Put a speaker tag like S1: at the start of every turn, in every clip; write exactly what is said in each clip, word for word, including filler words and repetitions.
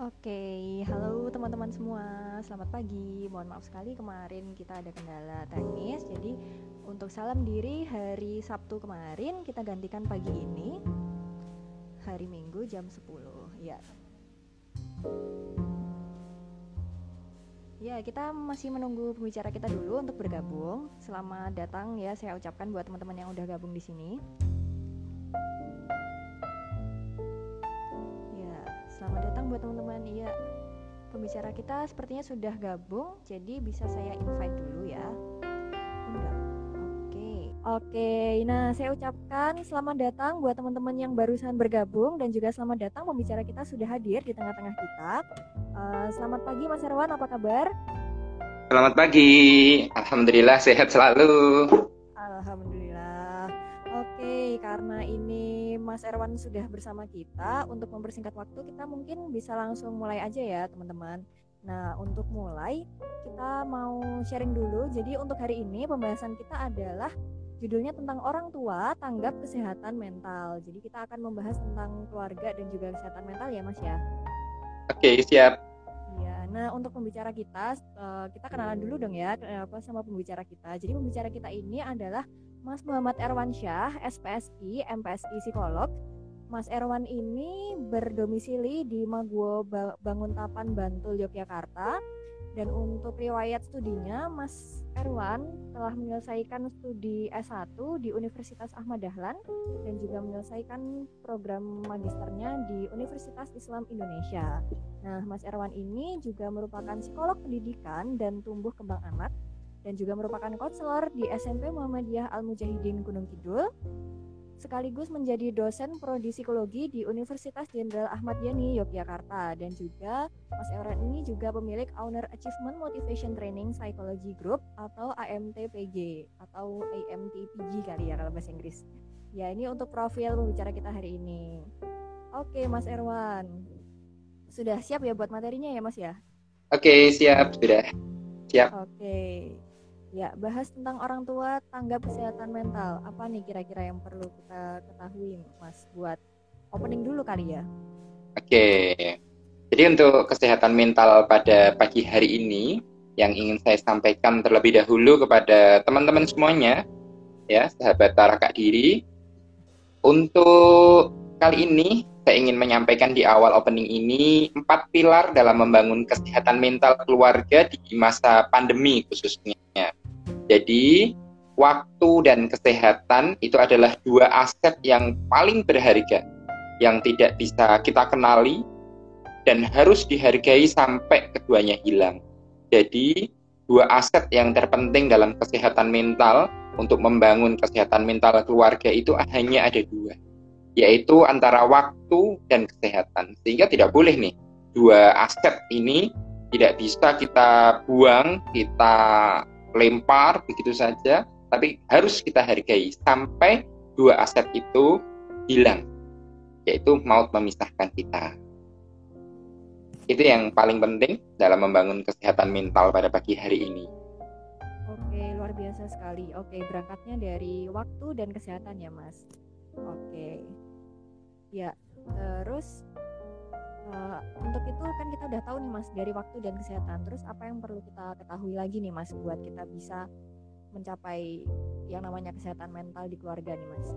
S1: Oke, halo teman-teman semua. Selamat pagi. Mohon maaf sekali kemarin kita ada kendala teknis. Jadi untuk salam diri hari Sabtu kemarin kita gantikan pagi ini. Hari Minggu jam sepuluh. Ya. Ya, kita masih menunggu pembicara kita dulu untuk bergabung. Selamat datang ya saya ucapkan buat teman-teman yang udah gabung di sini. Selamat datang buat teman-teman. Iya, pembicara kita sepertinya sudah gabung, jadi bisa saya invite dulu ya. Undang. Oke. Oke, nah saya ucapkan selamat datang buat teman-teman yang barusan bergabung dan juga selamat datang pembicara kita sudah hadir di tengah-tengah kita. Uh, selamat pagi Mas Erwan, apa kabar?
S2: Selamat pagi, alhamdulillah sehat selalu.
S1: Alhamdulillah. Oke, karena ini Mas Erwan sudah bersama kita, untuk mempersingkat waktu kita mungkin bisa langsung mulai aja ya teman-teman. Nah, untuk mulai kita mau sharing dulu. Jadi untuk hari ini pembahasan kita adalah judulnya tentang orang tua tanggap kesehatan mental. Jadi kita akan membahas tentang keluarga dan juga kesehatan mental ya Mas ya.
S2: Oke, siap.
S1: Ya, nah untuk pembicara kita, kita kenalan dulu dong ya apa sama pembicara kita. Jadi pembicara kita ini adalah Mas Muhammad Erwansyah, S P S I, M P S I Psikolog. Mas Erwan ini berdomisili di Maguwo Banguntapan, Bantul, Yogyakarta. Dan untuk riwayat studinya, Mas Erwan telah menyelesaikan studi S satu di Universitas Ahmad Dahlan dan juga menyelesaikan program magisternya di Universitas Islam Indonesia. Nah, Mas Erwan ini juga merupakan psikolog pendidikan dan tumbuh kembang anak dan juga merupakan konselor di S M P Muhammadiyah Al-Mujahidin Gunung Kidul, sekaligus menjadi dosen prodi psikologi di Universitas Jenderal Ahmad Yani Yogyakarta. Dan juga Mas Erwan ini juga pemilik Owner Achievement Motivation Training Psychology Group atau A M T P G atau A M T P G kali ya kalau bahasa Inggris. Ya, ini untuk profil pembicara kita hari ini. Oke Mas Erwan, sudah siap ya buat materinya ya Mas ya?
S2: Oke, siap, sudah siap.
S1: Oke. Ya, bahas tentang orang tua tanggap kesehatan mental. Apa nih kira-kira yang perlu kita ketahui, Mas, buat opening dulu kali ya?
S2: Oke, jadi untuk kesehatan mental pada pagi hari ini, yang ingin saya sampaikan terlebih dahulu kepada teman-teman semuanya, ya, sahabat Tarakak Diri. Untuk kali ini, saya ingin menyampaikan di awal opening ini, empat pilar dalam membangun kesehatan mental keluarga di masa pandemi khususnya. Jadi, waktu dan kesehatan itu adalah dua aset yang paling berharga, yang tidak bisa kita kenali dan harus dihargai sampai keduanya hilang. Jadi, dua aset yang terpenting dalam kesehatan mental untuk membangun kesehatan mental keluarga itu hanya ada dua, yaitu antara waktu dan kesehatan. Sehingga tidak boleh nih, dua aset ini tidak bisa kita buang, kita lempar begitu saja, tapi harus kita hargai sampai dua aset itu hilang, yaitu maut memisahkan kita. Itu yang paling penting dalam membangun kesehatan mental pada pagi hari ini.
S1: Oke, luar biasa sekali. Oke, berangkatnya dari waktu dan kesehatan ya Mas. Oke, ya, terus Uh, untuk itu kan kita udah tahu nih Mas dari waktu dan kesehatan. Terus apa yang perlu kita ketahui lagi nih Mas buat kita bisa mencapai yang namanya kesehatan mental di keluarga nih Mas?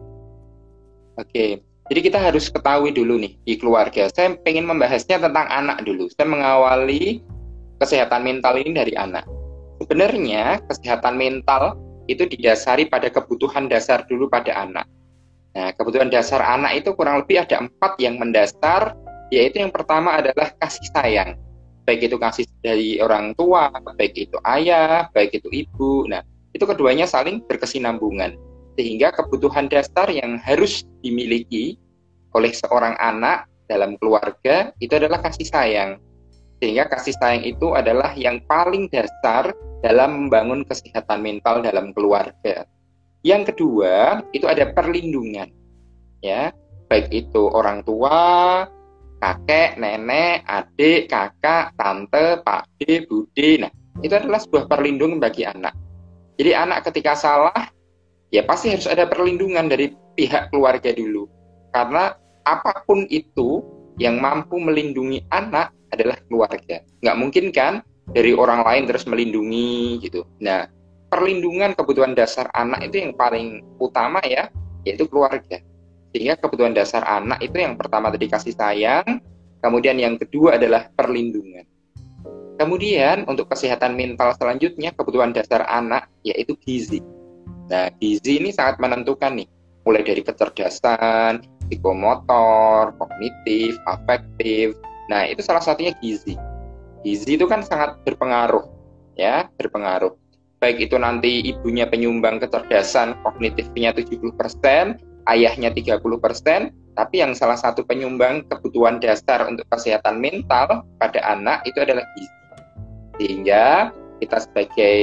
S2: Oke, jadi kita harus ketahui dulu nih di keluarga. Saya pengen membahasnya tentang anak dulu. Saya mengawali kesehatan mental ini dari anak. Sebenarnya kesehatan mental itu didasari pada kebutuhan dasar dulu pada anak. Nah, kebutuhan dasar anak itu kurang lebih ada empat yang mendasar, yaitu yang pertama adalah kasih sayang, baik itu kasih dari orang tua, baik itu ayah, baik itu ibu. Nah, itu keduanya saling berkesinambungan, sehingga kebutuhan dasar yang harus dimiliki oleh seorang anak dalam keluarga itu adalah kasih sayang, sehingga kasih sayang itu adalah yang paling dasar dalam membangun kesehatan mental dalam keluarga. Yang kedua, itu ada perlindungan, ya, baik itu orang tua, kakek, nenek, adik, kakak, tante, pakde, bude. Nah, itu adalah sebuah perlindungan bagi anak. Jadi anak ketika salah, ya pasti harus ada perlindungan dari pihak keluarga dulu. Karena apapun itu yang mampu melindungi anak adalah keluarga. Nggak mungkin kan dari orang lain terus melindungi gitu. Nah, perlindungan kebutuhan dasar anak itu yang paling utama ya, yaitu keluarga. Sehingga kebutuhan dasar anak itu yang pertama tadi kasih sayang, kemudian yang kedua adalah perlindungan. Kemudian untuk kesehatan mental selanjutnya, kebutuhan dasar anak yaitu gizi. Nah, gizi ini sangat menentukan nih, mulai dari kecerdasan, psikomotor, kognitif, afektif. Nah, itu salah satunya gizi. Gizi itu kan sangat berpengaruh, ya, berpengaruh. Baik itu nanti ibunya penyumbang kecerdasan kognitifnya tujuh puluh persen, ayahnya tiga puluh persen, tapi yang salah satu penyumbang kebutuhan dasar untuk kesehatan mental pada anak itu adalah gizi. Sehingga kita sebagai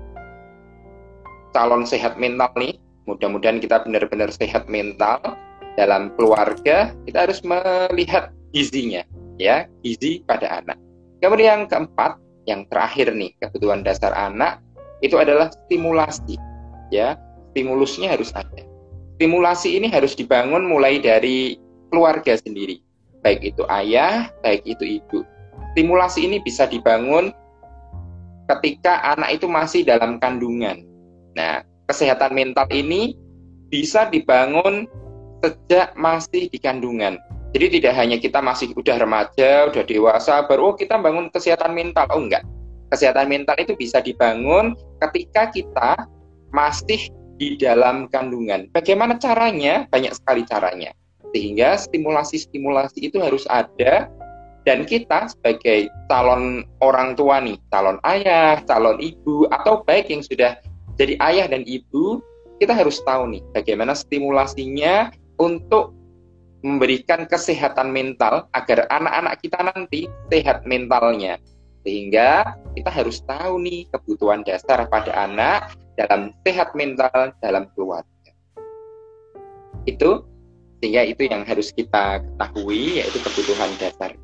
S2: calon sehat mental nih, mudah-mudahan kita benar-benar sehat mental dalam keluarga, kita harus melihat gizinya, ya, gizi pada anak. Kemudian yang keempat, yang terakhir nih, kebutuhan dasar anak itu adalah stimulasi, ya, stimulusnya harus ada. Stimulasi ini harus dibangun mulai dari keluarga sendiri, baik itu ayah, baik itu ibu. Stimulasi ini bisa dibangun ketika anak itu masih dalam kandungan. Nah, kesehatan mental ini bisa dibangun sejak masih di kandungan. Jadi tidak hanya kita masih udah remaja, udah dewasa, baru oh kita bangun kesehatan mental. Oh enggak. Kesehatan mental itu bisa dibangun ketika kita masih di dalam kandungan. Bagaimana caranya? Banyak sekali caranya. Sehingga stimulasi-stimulasi itu harus ada, dan kita sebagai calon orang tua nih, calon ayah, calon ibu, atau baik yang sudah jadi ayah dan ibu, kita harus tahu nih bagaimana stimulasinya untuk memberikan kesehatan mental agar anak-anak kita nanti sehat mentalnya. Sehingga kita harus tahu nih kebutuhan dasar pada anak dalam sehat mental dalam keluarga. Itu, sehingga itu yang harus kita ketahui, yaitu kebutuhan dasar.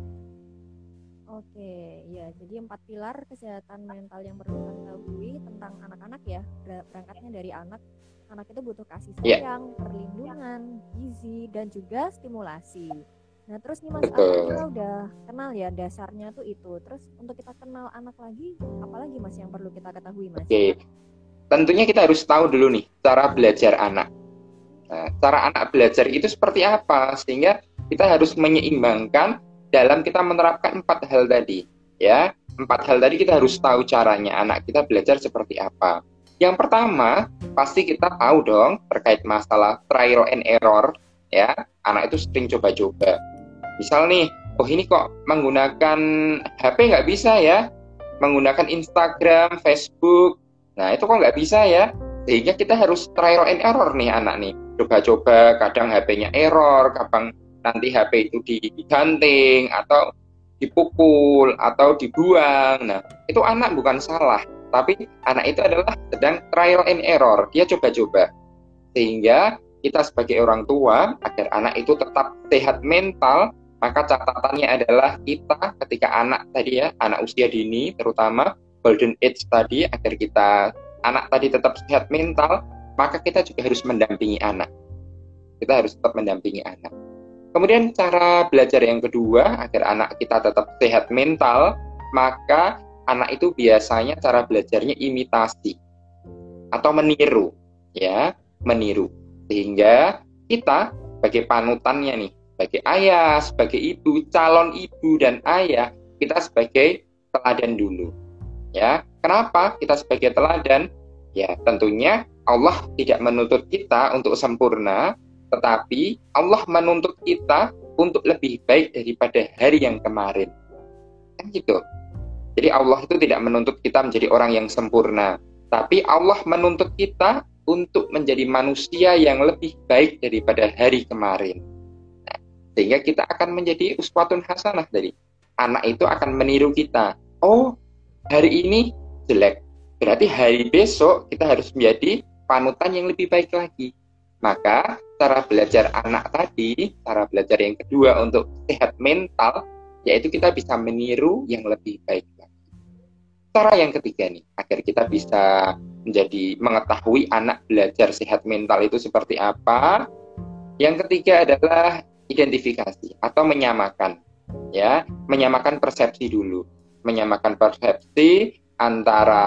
S1: Oke, ya, jadi empat pilar kesehatan mental yang perlu kita ketahui tentang anak-anak ya, berangkatnya dari anak. Anak itu butuh kasih sayang, yeah. perlindungan, gizi, dan juga stimulasi. Nah, terus nih Mas, Betul. kita udah kenal ya dasarnya tuh itu. Terus untuk kita kenal anak lagi, apalagi Mas yang perlu kita ketahui, Mas?
S2: Oke, tentunya kita harus tahu dulu nih cara belajar anak. Nah, cara anak belajar itu seperti apa? Sehingga kita harus menyeimbangkan dalam kita menerapkan empat hal tadi. Ya, empat hal tadi kita harus tahu caranya anak kita belajar seperti apa. Yang pertama, pasti kita tahu dong terkait masalah trial and error, ya. Anak itu sering coba-coba. Misal nih, oh ini kok menggunakan H P nggak bisa ya, menggunakan Instagram, Facebook, nah itu kok nggak bisa ya. Sehingga kita harus trial and error nih anak nih, coba-coba, kadang H P-nya error, kadang nanti H P itu diganting, atau dipukul, atau dibuang. Nah, itu anak bukan salah. Tapi anak itu adalah sedang trial and error, dia coba-coba. Sehingga kita sebagai orang tua, agar anak itu tetap sehat mental, maka catatannya adalah kita ketika anak tadi ya, anak usia dini, terutama golden age tadi, agar kita, anak tadi tetap sehat mental, maka kita juga harus mendampingi anak. Kita harus tetap mendampingi anak. Kemudian cara belajar yang kedua, agar anak kita tetap sehat mental, maka anak itu biasanya cara belajarnya imitasi atau meniru, ya, meniru. Sehingga kita sebagai panutannya nih, sebagai ayah, sebagai ibu, calon ibu dan ayah, kita sebagai teladan dulu. Ya, kenapa kita sebagai teladan? Ya, tentunya Allah tidak menuntut kita untuk sempurna, tetapi Allah menuntut kita untuk lebih baik daripada hari yang kemarin. Kan gitu. Jadi Allah itu tidak menuntut kita menjadi orang yang sempurna, tapi Allah menuntut kita untuk menjadi manusia yang lebih baik daripada hari kemarin. Nah, sehingga kita akan menjadi uswatun hasanah dari anak itu akan meniru kita. Oh, hari ini jelek, berarti hari besok kita harus menjadi panutan yang lebih baik lagi. Maka cara belajar anak tadi, cara belajar yang kedua untuk sehat mental, yaitu kita bisa meniru yang lebih baik. Cara yang ketiga nih, agar kita bisa menjadi mengetahui anak belajar sehat mental itu seperti apa. Yang ketiga adalah identifikasi atau menyamakan. Ya, menyamakan persepsi dulu. Menyamakan persepsi antara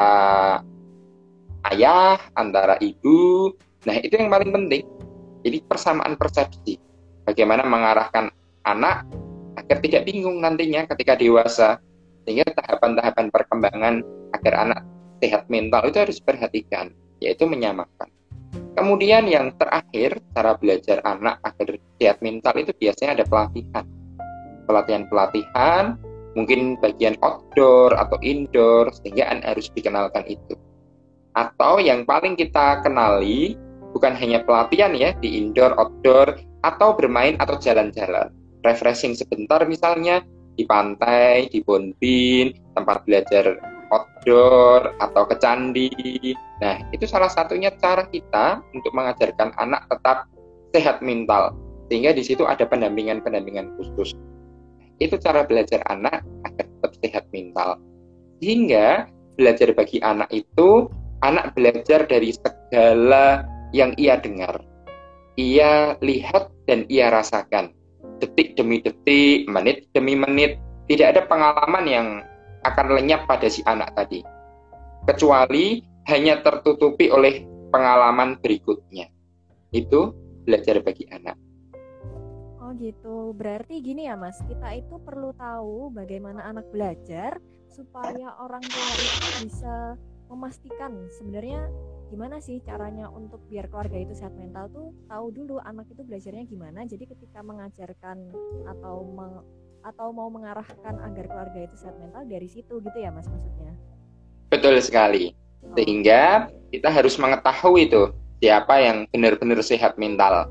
S2: ayah, antara ibu. Nah, itu yang paling penting. Jadi persamaan persepsi. Bagaimana mengarahkan anak agar tidak bingung nantinya ketika dewasa. Sehingga tahapan-tahapan perkembangan agar anak sehat mental itu harus diperhatikan, yaitu menyamakan. Kemudian yang terakhir, cara belajar anak agar sehat mental itu biasanya ada pelatihan. Pelatihan-pelatihan, mungkin bagian outdoor atau indoor, sehingga anak harus dikenalkan itu. Atau yang paling kita kenali, bukan hanya pelatihan ya, di indoor, outdoor, atau bermain atau jalan-jalan. Refreshing sebentar misalnya, di pantai, di bonbin, tempat belajar outdoor, atau ke candi. Nah, itu salah satunya cara kita untuk mengajarkan anak tetap sehat mental. Sehingga di situ ada pendampingan-pendampingan khusus. Itu cara belajar anak agar tetap sehat mental. Sehingga belajar bagi anak itu, anak belajar dari segala yang ia dengar, ia lihat dan ia rasakan. Detik demi detik, menit demi menit, tidak ada pengalaman yang akan lenyap pada si anak tadi, kecuali hanya tertutupi oleh pengalaman berikutnya. Itu belajar bagi anak.
S1: Oh gitu, berarti gini ya Mas, kita itu perlu tahu bagaimana anak belajar supaya orang tua itu bisa memastikan sebenarnya gimana sih caranya untuk biar keluarga itu sehat mental tuh tahu dulu anak itu belajarnya gimana. Jadi ketika mengajarkan atau meng, atau mau mengarahkan agar keluarga itu sehat mental dari situ gitu ya Mas maksudnya.
S2: Betul sekali. Sehingga kita harus mengetahui itu siapa yang benar-benar sehat mental.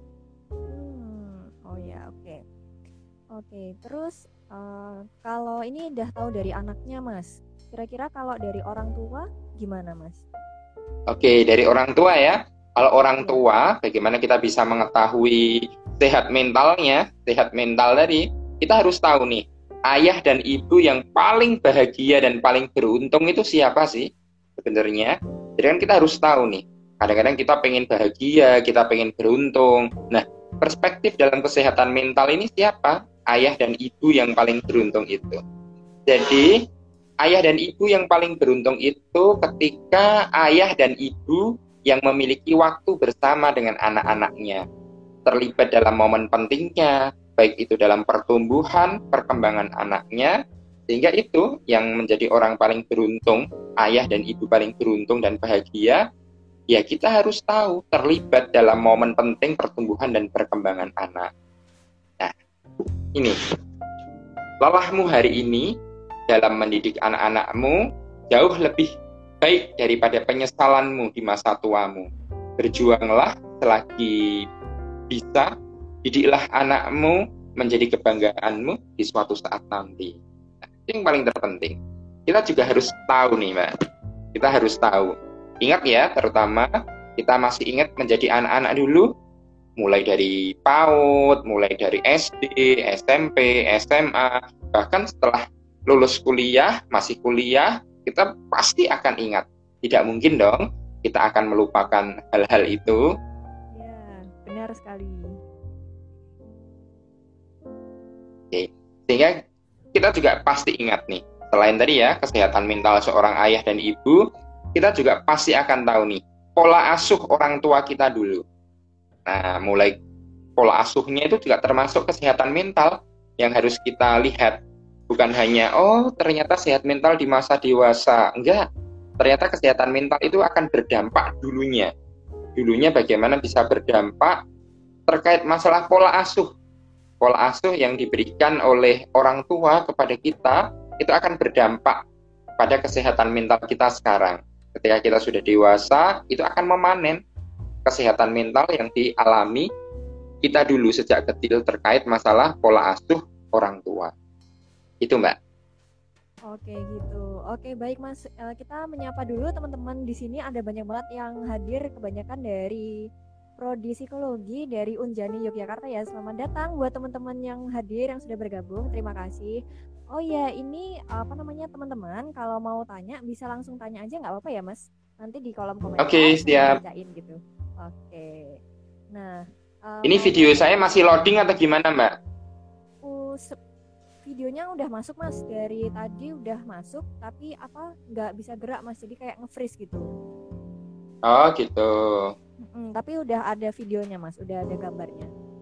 S1: Hmm, oh ya oke. Okay. Oke, okay, terus uh, kalau ini udah tahu dari anaknya Mas. Kira-kira kalau dari orang tua gimana Mas?
S2: Oke, dari orang tua ya. Kalau orang tua, bagaimana kita bisa mengetahui sehat mentalnya, sehat mental tadi, kita harus tahu nih, ayah dan ibu yang paling bahagia dan paling beruntung itu siapa sih sebenarnya? Jadi kan kita harus tahu nih, kadang-kadang kita pengen bahagia, kita pengen beruntung. Nah, perspektif dalam kesehatan mental ini siapa? Ayah dan ibu yang paling beruntung itu. Jadi, ayah dan ibu yang paling beruntung itu ketika ayah dan ibu yang memiliki waktu bersama dengan anak-anaknya, terlibat dalam momen pentingnya, baik itu dalam pertumbuhan, perkembangan anaknya, sehingga itu yang menjadi orang paling beruntung, ayah dan ibu paling beruntung dan bahagia, ya kita harus tahu terlibat dalam momen penting pertumbuhan dan perkembangan anak. Nah, ini, lelahmu hari ini dalam mendidik anak-anakmu jauh lebih baik daripada penyesalanmu di masa tuamu. Berjuanglah selagi bisa, didiklah anakmu menjadi kebanggaanmu di suatu saat nanti. Nah, itu yang paling terpenting. Kita juga harus tahu nih Mbak, kita harus tahu. Ingat ya, terutama kita masih ingat menjadi anak-anak dulu, mulai dari PAUD, mulai dari S D, S M P, S M A, bahkan setelah lulus kuliah, masih kuliah, kita pasti akan ingat. Tidak mungkin dong kita akan melupakan hal-hal itu.
S1: Ya, benar sekali.
S2: Oke. Sehingga kita juga pasti ingat nih, selain tadi ya, kesehatan mental seorang ayah dan ibu, kita juga pasti akan tahu nih, pola asuh orang tua kita dulu. Nah, mulai pola asuhnya itu juga termasuk kesehatan mental yang harus kita lihat. Bukan hanya, oh ternyata sehat mental di masa dewasa. Enggak, ternyata kesehatan mental itu akan berdampak dulunya. Dulunya bagaimana bisa berdampak terkait masalah pola asuh. Pola asuh yang diberikan oleh orang tua kepada kita, itu akan berdampak pada kesehatan mental kita sekarang. Ketika kita sudah dewasa, itu akan memanen kesehatan mental yang dialami kita dulu sejak kecil terkait masalah pola asuh orang tua. Itu Mbak.
S1: Oke gitu. Oke baik Mas, kita menyapa dulu teman-teman di sini. Ada banyak banget yang hadir, kebanyakan dari Prodi Psikologi dari Unjani Yogyakarta ya. Selamat datang buat teman-teman yang hadir, yang sudah bergabung. Terima kasih. Oh ya, ini apa namanya teman-teman, kalau mau tanya bisa langsung tanya aja, nggak apa-apa ya Mas? Nanti di kolom komentar.
S2: Oke, siap.
S1: Bacain gitu. Oke. Nah,
S2: ini video saya masih loading atau gimana Mbak?
S1: Uh, se- videonya udah masuk mas, dari tadi udah masuk tapi apa nggak bisa gerak mas, jadi kayak nge-freeze gitu.
S2: Oh gitu.
S1: Mm, tapi udah ada videonya mas, udah ada gambarnya.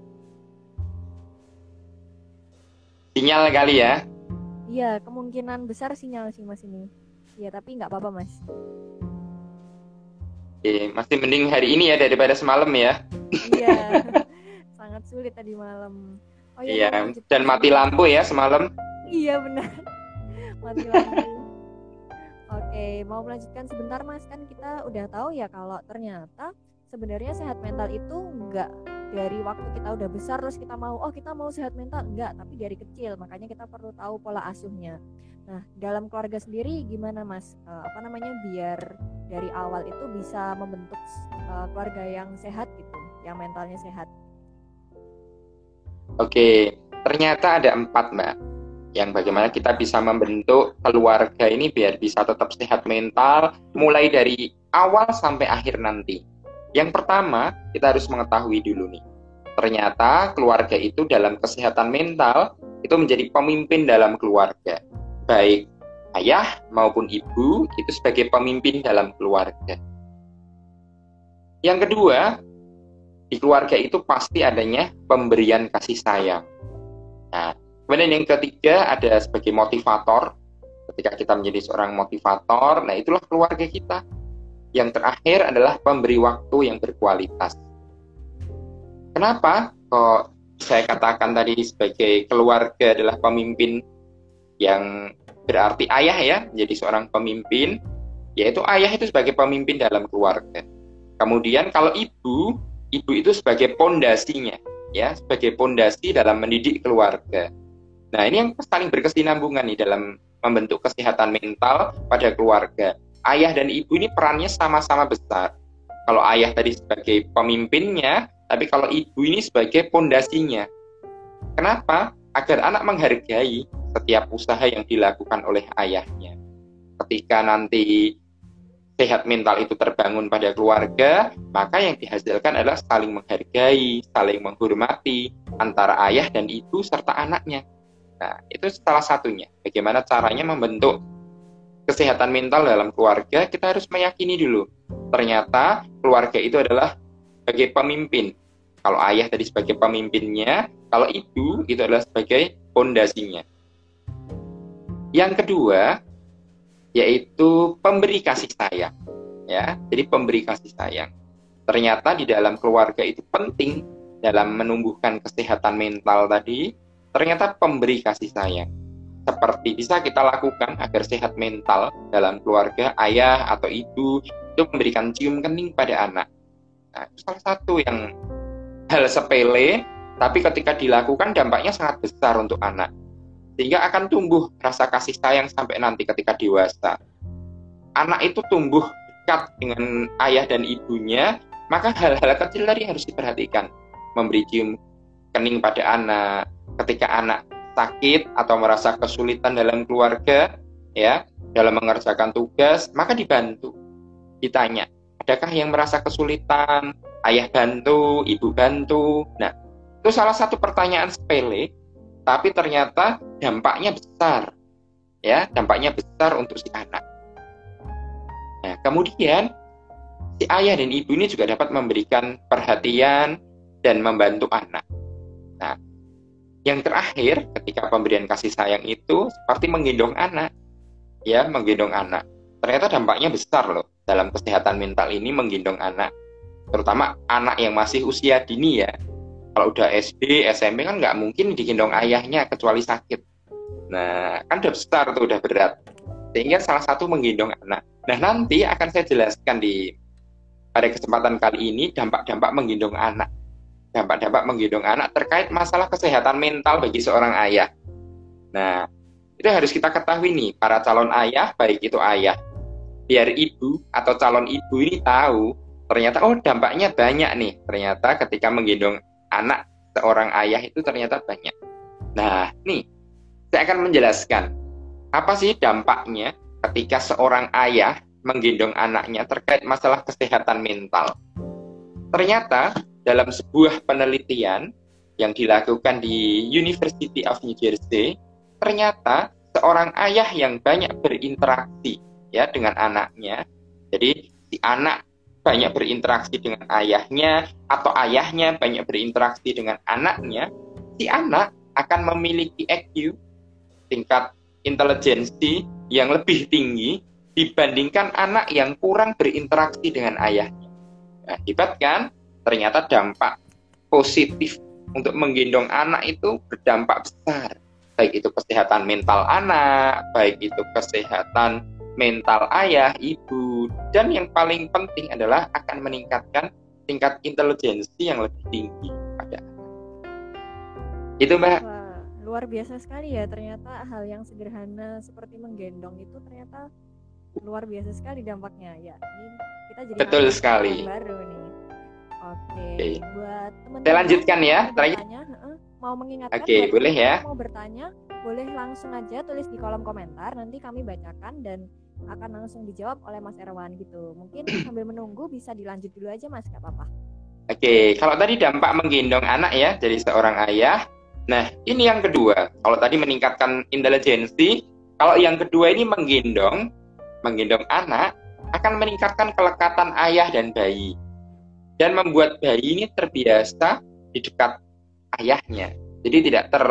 S2: Sinyal kali ya?
S1: Iya, kemungkinan besar sinyal sih mas ini. Iya, tapi nggak apa-apa mas.
S2: Oke, masih mending hari ini ya daripada semalam ya.
S1: Iya, sangat sulit tadi malam. Oh
S2: Iya,
S1: mau lanjut.
S2: dan mati lampu ya semalam.
S1: Iya benar, mati lampu. Oke, mau melanjutkan sebentar mas, kan kita udah tahu ya kalau ternyata sebenarnya sehat mental itu enggak dari waktu kita udah besar terus kita mau, oh kita mau sehat mental, enggak, tapi dari kecil, makanya kita perlu tahu pola asuhnya. Nah, dalam keluarga sendiri gimana mas, uh, apa namanya, biar dari awal itu bisa membentuk uh, keluarga yang sehat gitu, yang mentalnya sehat.
S2: Oke, ternyata ada empat mbak, yang bagaimana kita bisa membentuk keluarga ini biar bisa tetap sehat mental mulai dari awal sampai akhir nanti. Yang pertama, kita harus mengetahui dulu nih, ternyata keluarga itu dalam kesehatan mental itu menjadi pemimpin dalam keluarga. Baik ayah maupun ibu itu sebagai pemimpin dalam keluarga. Yang kedua, di keluarga itu pasti adanya pemberian kasih sayang. Nah, kemudian yang ketiga ada sebagai motivator. Ketika kita menjadi seorang motivator, nah itulah keluarga kita. Yang terakhir adalah pemberi waktu yang berkualitas. Kenapa kok saya katakan tadi sebagai keluarga adalah pemimpin, yang berarti ayah ya, menjadi seorang pemimpin, yaitu ayah itu sebagai pemimpin dalam keluarga. Kemudian kalau ibu, ibu itu sebagai pondasinya, ya, sebagai pondasi dalam mendidik keluarga. Nah, ini yang saling berkesinambungan nih dalam membentuk kesehatan mental pada keluarga. Ayah dan ibu ini perannya sama-sama besar. Kalau ayah tadi sebagai pemimpinnya, tapi kalau ibu ini sebagai pondasinya. Kenapa? Agar anak menghargai setiap usaha yang dilakukan oleh ayahnya. Ketika nanti sehat mental itu terbangun pada keluarga, maka yang dihasilkan adalah saling menghargai, saling menghormati antara ayah dan ibu serta anaknya. Nah, itu salah satunya. Bagaimana caranya membentuk kesehatan mental dalam keluarga, kita harus meyakini dulu. Ternyata keluarga itu adalah sebagai pemimpin. Kalau ayah tadi sebagai pemimpinnya, kalau ibu itu adalah sebagai pondasinya. Yang kedua, yaitu pemberi kasih sayang. Ya, jadi pemberi kasih sayang. Ternyata di dalam keluarga itu penting dalam menumbuhkan kesehatan mental tadi, ternyata pemberi kasih sayang. Seperti bisa kita lakukan agar sehat mental dalam keluarga, ayah atau ibu itu memberikan cium kening pada anak. Nah, itu salah satu yang hal sepele, tapi ketika dilakukan dampaknya sangat besar untuk anak. Sehingga akan tumbuh rasa kasih sayang sampai nanti ketika dewasa. Anak itu tumbuh dekat dengan ayah dan ibunya, maka hal-hal kecil tadi harus diperhatikan. Memberi cium kening pada anak, ketika anak sakit atau merasa kesulitan dalam keluarga, ya, dalam mengerjakan tugas, maka dibantu. Ditanya, adakah yang merasa kesulitan? Ayah bantu, ibu bantu. Nah, itu salah satu pertanyaan sepele, tapi ternyata dampaknya besar. Ya, dampaknya besar untuk si anak. Nah, kemudian si ayah dan ibu ini juga dapat memberikan perhatian dan membantu anak. Nah, yang terakhir, ketika pemberian kasih sayang itu seperti menggendong anak, ya, menggendong anak. Ternyata dampaknya besar loh dalam kesehatan mental ini menggendong anak, terutama anak yang masih usia dini ya. Kalau udah S D, S M P kan nggak mungkin digendong ayahnya kecuali sakit. Nah, kan udah besar tuh, udah berat. Sehingga salah satu menggendong anak. Nah, nanti akan saya jelaskan di pada kesempatan kali ini dampak-dampak menggendong anak. Dampak-dampak menggendong anak terkait masalah kesehatan mental bagi seorang ayah. Nah, itu harus kita ketahui nih, para calon ayah, baik itu ayah, biar ibu atau calon ibu ini tahu, ternyata oh dampaknya banyak nih, ternyata ketika menggendong anak seorang ayah itu ternyata banyak. Nah, nih, saya akan menjelaskan, apa sih dampaknya ketika seorang ayah menggendong anaknya terkait masalah kesehatan mental. Ternyata, dalam sebuah penelitian yang dilakukan di University of New Jersey, ternyata seorang ayah yang banyak berinteraksi ya dengan anaknya. Jadi si anak banyak berinteraksi dengan ayahnya atau ayahnya banyak berinteraksi dengan anaknya, si anak akan memiliki I Q, tingkat intelijensi yang lebih tinggi dibandingkan anak yang kurang berinteraksi dengan ayahnya. Nah, hebat kan? Ternyata dampak positif untuk menggendong anak itu berdampak besar. Baik itu kesehatan mental anak, baik itu kesehatan mental ayah, ibu, dan yang paling penting adalah akan meningkatkan tingkat intelijensi yang lebih tinggi pada anak. Itu Mbak.
S1: Wah, luar biasa sekali ya, ternyata hal yang sederhana seperti menggendong itu ternyata luar biasa sekali dampaknya ya. Ini kita jadi
S2: betul sekali
S1: baru nih. Oke,
S2: Oke.
S1: buat teman-teman
S2: saya lanjutkan ya terakhir.
S1: Bertanya, mau mengingatkan
S2: Oke, boleh ya.
S1: Mau bertanya, boleh langsung aja tulis di kolom komentar, nanti kami bacakan dan akan langsung dijawab oleh Mas Erwan gitu. Mungkin sambil menunggu bisa dilanjut dulu aja Mas, gak apa-apa.
S2: Oke, kalau tadi dampak menggendong anak ya dari seorang ayah. Nah, ini yang kedua. Kalau tadi meningkatkan intelijensi, kalau yang kedua ini menggendong, menggendong anak akan meningkatkan kelekatan ayah dan bayi. Dan membuat bayi ini terbiasa di dekat ayahnya. Jadi tidak ter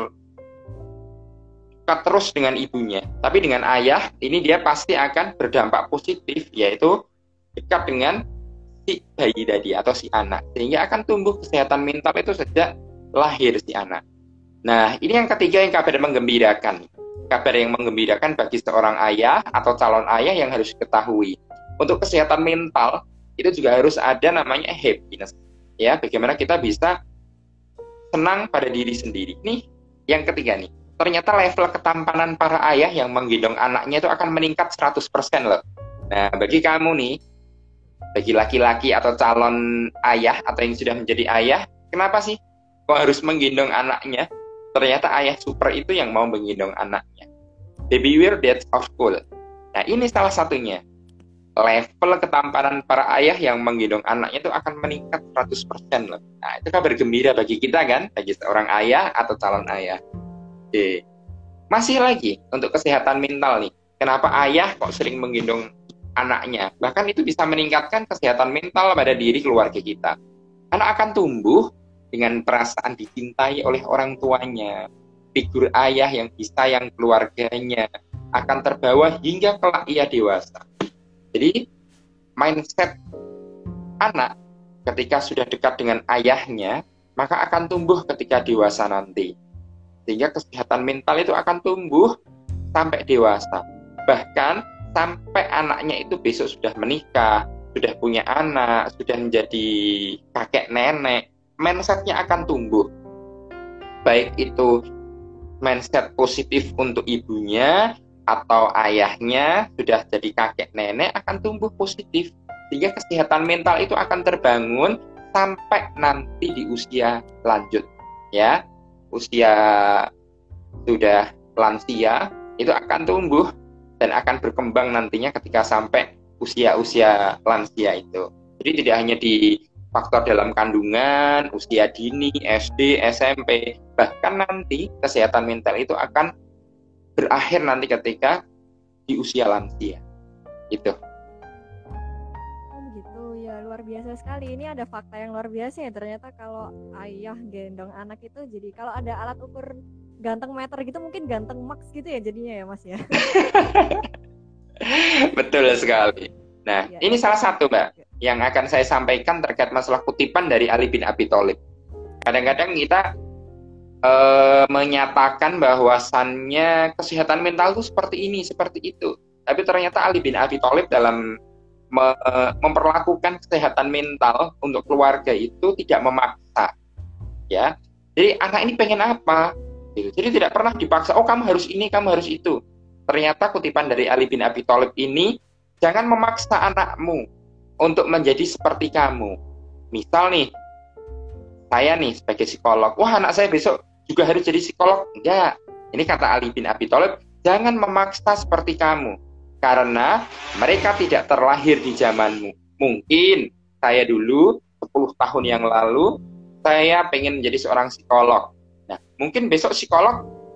S2: dekat terus dengan ibunya, tapi dengan ayah ini dia pasti akan berdampak positif, yaitu dekat dengan si bayi tadi atau si anak, sehingga akan tumbuh kesehatan mental itu sejak lahir si anak. Nah, ini yang ketiga yang kabar menggembirakan. Kabar yang menggembirakan bagi seorang ayah atau calon ayah yang harus diketahui. Untuk kesehatan mental itu juga harus ada namanya happiness. Ya, bagaimana kita bisa senang pada diri sendiri. Nih, yang ketiga nih. Ternyata level ketampanan para ayah yang menggendong anaknya itu akan meningkat seratus persen loh. Nah, bagi kamu nih, bagi laki-laki atau calon ayah atau yang sudah menjadi ayah, kenapa sih kok harus menggendong anaknya? Ternyata ayah super itu yang mau menggendong anaknya. Baby wear that's of cool. Nah, ini salah satunya. Level ketampanan para ayah yang menggendong anaknya itu akan meningkat seratus persen loh. Nah, itu kabar gembira bagi kita kan, bagi seorang ayah atau calon ayah. Oke. Masih lagi untuk kesehatan mental nih. Kenapa ayah kok sering menggendong anaknya? Bahkan itu bisa meningkatkan kesehatan mental pada diri keluarga kita. Anak akan tumbuh dengan perasaan dicintai oleh orang tuanya. Figur ayah yang disayang keluarganya akan terbawa hingga kelak ia dewasa. Jadi mindset anak ketika sudah dekat dengan ayahnya, maka akan tumbuh ketika dewasa nanti. Sehingga kesehatan mental itu akan tumbuh sampai dewasa. Bahkan sampai anaknya itu besok sudah menikah, sudah punya anak, sudah menjadi kakek nenek, mindsetnya akan tumbuh. Baik itu mindset positif untuk ibunya atau ayahnya sudah jadi kakek nenek akan tumbuh positif. Sehingga kesehatan mental itu akan terbangun sampai nanti di usia lanjut. Ya, usia sudah lansia itu akan tumbuh dan akan berkembang nantinya ketika sampai usia-usia lansia itu. Jadi tidak hanya di faktor dalam kandungan, usia dini, S D, S M P, bahkan nanti kesehatan mental itu akan berakhir nanti ketika di usia lansia. Gitu.
S1: Oh gitu ya, luar biasa sekali. Ini ada fakta yang luar biasa ya. Ternyata kalau ayah gendong anak itu jadi kalau ada alat ukur ganteng meter gitu mungkin ganteng max gitu ya jadinya ya Mas ya.
S2: Betul sekali. Nah, ya, ini ya, salah satu Mbak ya, yang akan saya sampaikan terkait masalah kutipan dari Ali bin Abi Thalib. Kadang-kadang kita Uh, menyatakan bahwasannya kesehatan mental itu seperti ini, seperti itu. Tapi ternyata Ali bin Abi Thalib dalam me- memperlakukan kesehatan mental untuk keluarga itu tidak memaksa. Ya, jadi anak ini pengen apa? Gitu. Jadi tidak pernah dipaksa. Oh, kamu harus ini, kamu harus itu. Ternyata kutipan dari Ali bin Abi Thalib ini, jangan memaksa anakmu untuk menjadi seperti kamu. Misal nih, saya nih sebagai psikolog, wah anak saya besok juga harus jadi psikolog. Enggak. Ini kata Ali bin Abi Thalib, jangan memaksa seperti kamu. Karena mereka tidak terlahir di zamanmu. Mungkin saya dulu, sepuluh tahun yang lalu, saya pengen menjadi seorang psikolog. Nah, mungkin besok psikolog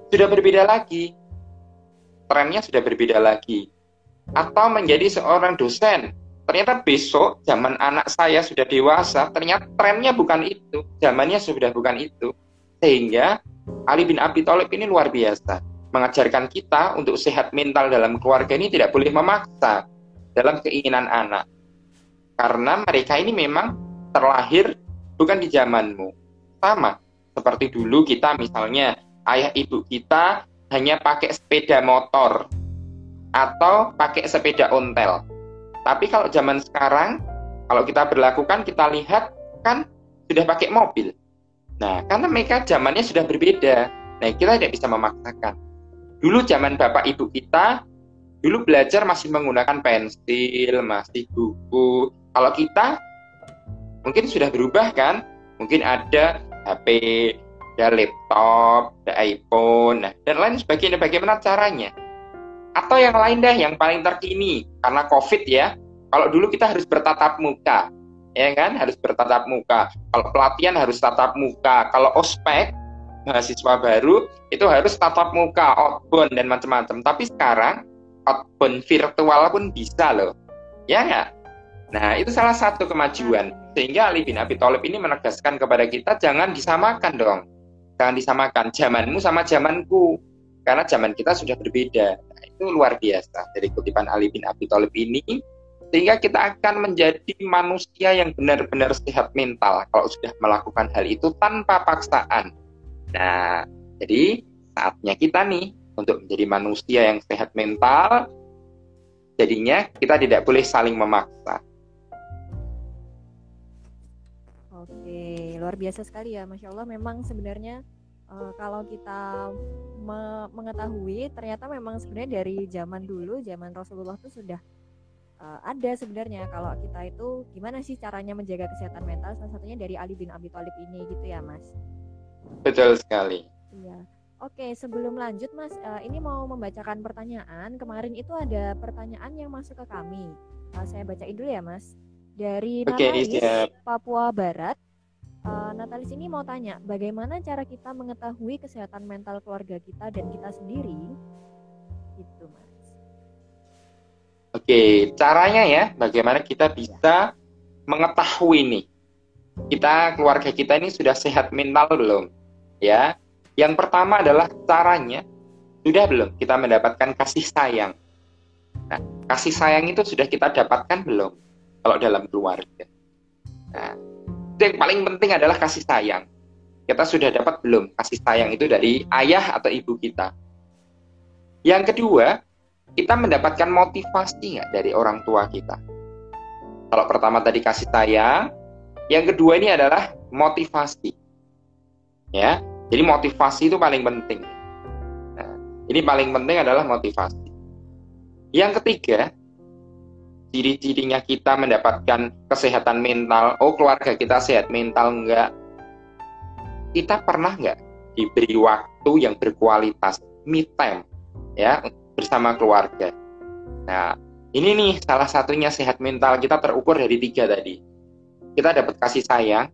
S2: sudah berbeda lagi. Trennya sudah berbeda lagi. Atau menjadi seorang dosen. Ternyata besok zaman anak saya sudah dewasa, ternyata trennya bukan itu, zamannya sudah bukan itu. Sehingga Ali bin Abi Thalib ini luar biasa, mengajarkan kita untuk sehat mental dalam keluarga ini tidak boleh memaksa dalam keinginan anak. Karena mereka ini memang terlahir bukan di zamanmu. Sama seperti dulu kita misalnya ayah ibu kita hanya pakai sepeda motor atau pakai sepeda ontel. Tapi kalau zaman sekarang, kalau kita berlakukan, kita lihat kan sudah pakai mobil. Nah, karena mereka zamannya sudah berbeda. Nah, kita tidak bisa memaksakan. Dulu zaman bapak ibu kita, dulu belajar masih menggunakan pensil, masih buku. Kalau kita, mungkin sudah berubah kan? Mungkin ada H P, ada laptop, ada iPhone, nah, dan lain sebagainya. Bagaimana caranya? Atau yang lain deh, yang paling terkini, karena COVID ya, kalau dulu kita harus bertatap muka, ya kan, harus bertatap muka. Kalau pelatihan harus tatap muka, kalau ospek, mahasiswa baru, itu harus tatap muka, outbound, dan macam-macam. Tapi sekarang, outbound virtual pun bisa loh, ya nggak? Nah, itu salah satu kemajuan. Sehingga Ali bin Abi Thalib ini menegaskan kepada kita, jangan disamakan dong. Jangan disamakan, zamanmu sama zamanku. Karena zaman kita sudah berbeda. Nah, itu luar biasa dari kutipan Ali bin Abi Thalib ini, sehingga kita akan menjadi manusia yang benar-benar sehat mental kalau sudah melakukan hal itu tanpa paksaan. Nah, jadi saatnya kita nih untuk menjadi manusia yang sehat mental, jadinya kita tidak boleh saling memaksa.
S1: Oke, luar biasa sekali ya, Masya Allah. Memang sebenarnya Uh, kalau kita me- mengetahui ternyata memang sebenarnya dari zaman dulu, zaman Rasulullah itu sudah uh, ada sebenarnya kalau kita itu gimana sih caranya menjaga kesehatan mental, salah satunya dari Ali bin Abi Thalib ini gitu ya Mas.
S2: Betul sekali.
S1: Iya. Oke, sebelum lanjut Mas, uh, ini mau membacakan pertanyaan. Kemarin itu ada pertanyaan yang masuk ke kami. Uh, saya bacain dulu ya Mas. Dari Natalis, okay, Papua Barat. Uh, Natalis ini mau tanya, bagaimana cara kita mengetahui kesehatan mental keluarga kita dan kita sendiri? Gitu, Mas.
S2: Oke, caranya ya, bagaimana kita bisa ya. mengetahui nih, kita keluarga kita ini sudah sehat mental belum? Ya, yang pertama adalah caranya, sudah belum kita mendapatkan kasih sayang? Nah, kasih sayang itu sudah kita dapatkan belum? Kalau dalam keluarga. Nah, yang paling penting adalah kasih sayang. Kita sudah dapat belum kasih sayang itu dari ayah atau ibu kita? Yang kedua, kita mendapatkan motivasi nggak dari orang tua kita? Kalau pertama tadi kasih sayang, yang kedua ini adalah motivasi. Ya, jadi motivasi itu paling penting. Nah, ini paling penting adalah motivasi. Yang ketiga, ciri-cirinya kita mendapatkan kesehatan mental. Oh, keluarga kita sehat mental enggak? Kita pernah enggak diberi waktu yang berkualitas, me time, ya, bersama keluarga? Nah, ini nih salah satunya sehat mental kita terukur dari tiga tadi. Kita dapat kasih sayang,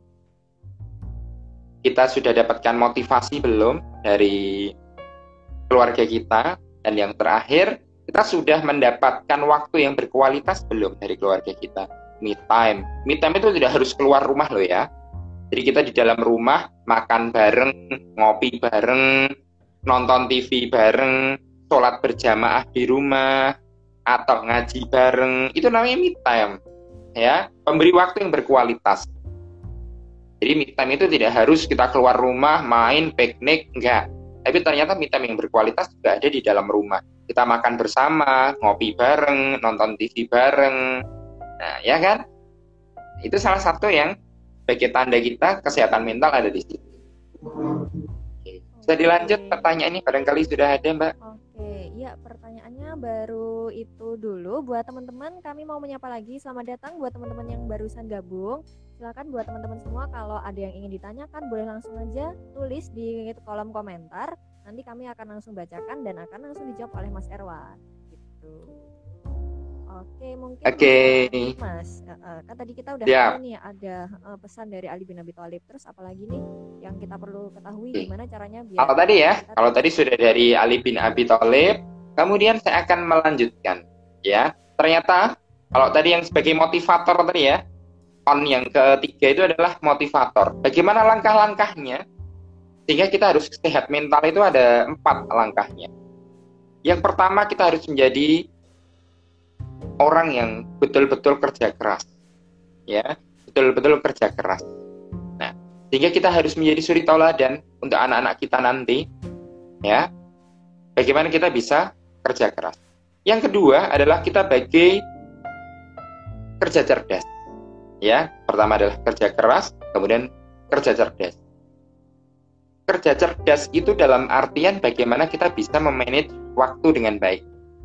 S2: kita sudah dapatkan motivasi belum dari keluarga kita, dan yang terakhir, kita sudah mendapatkan waktu yang berkualitas belum dari keluarga kita? Me time. Me time itu tidak harus keluar rumah loh ya. Jadi kita di dalam rumah, makan bareng, ngopi bareng, nonton T V bareng, sholat berjamaah di rumah, atau ngaji bareng. Itu namanya me time. Ya, memberi waktu yang berkualitas. Jadi me time itu tidak harus kita keluar rumah, main, piknik, enggak. Tapi ternyata me time yang berkualitas juga ada di dalam rumah. Kita makan bersama, ngopi bareng, nonton T V bareng. Nah, ya kan? Itu salah satu yang sebagai tanda kita kesehatan mental ada di situ. Oke. Bisa dilanjut pertanyaannya, barangkali sudah ada, Mbak.
S1: Oke, iya, pertanyaannya baru itu dulu. Buat teman-teman, kami mau menyapa lagi. Selamat datang buat teman-teman yang barusan gabung. Silakan buat teman-teman semua, kalau ada yang ingin ditanyakan boleh langsung aja tulis di kolom komentar. Nanti kami akan langsung bacakan dan akan langsung dijawab oleh Mas Erwan. Gitu. Oke, mungkin
S2: Oke.
S1: bisa lanjut Mas. Uh, uh, kan tadi kita udah
S2: Siap.
S1: tahu nih ada uh, pesan dari Ali bin Abi Thalib. Terus apalagi nih yang kita perlu ketahui
S2: Oke.
S1: gimana caranya biar
S2: Kalau tadi ya,
S1: kita
S2: kalau
S1: tetap
S2: tadi sudah dari Ali bin Abi Thalib, kemudian saya akan melanjutkan ya. Ternyata kalau tadi yang sebagai motivator tadi ya, on yang ketiga itu adalah motivator. Bagaimana langkah-langkahnya? Sehingga kita harus sehat mental itu ada empat langkahnya. Yang pertama kita harus menjadi orang yang betul-betul kerja keras, ya, betul-betul kerja keras. Nah, sehingga kita harus menjadi suri tauladan untuk anak-anak kita nanti, ya. Bagaimana kita bisa kerja keras. Yang kedua adalah kita sebagai kerja cerdas, ya. Pertama adalah kerja keras, kemudian kerja cerdas. Kerja cerdas itu dalam artian bagaimana kita bisa memanage waktu dengan baik.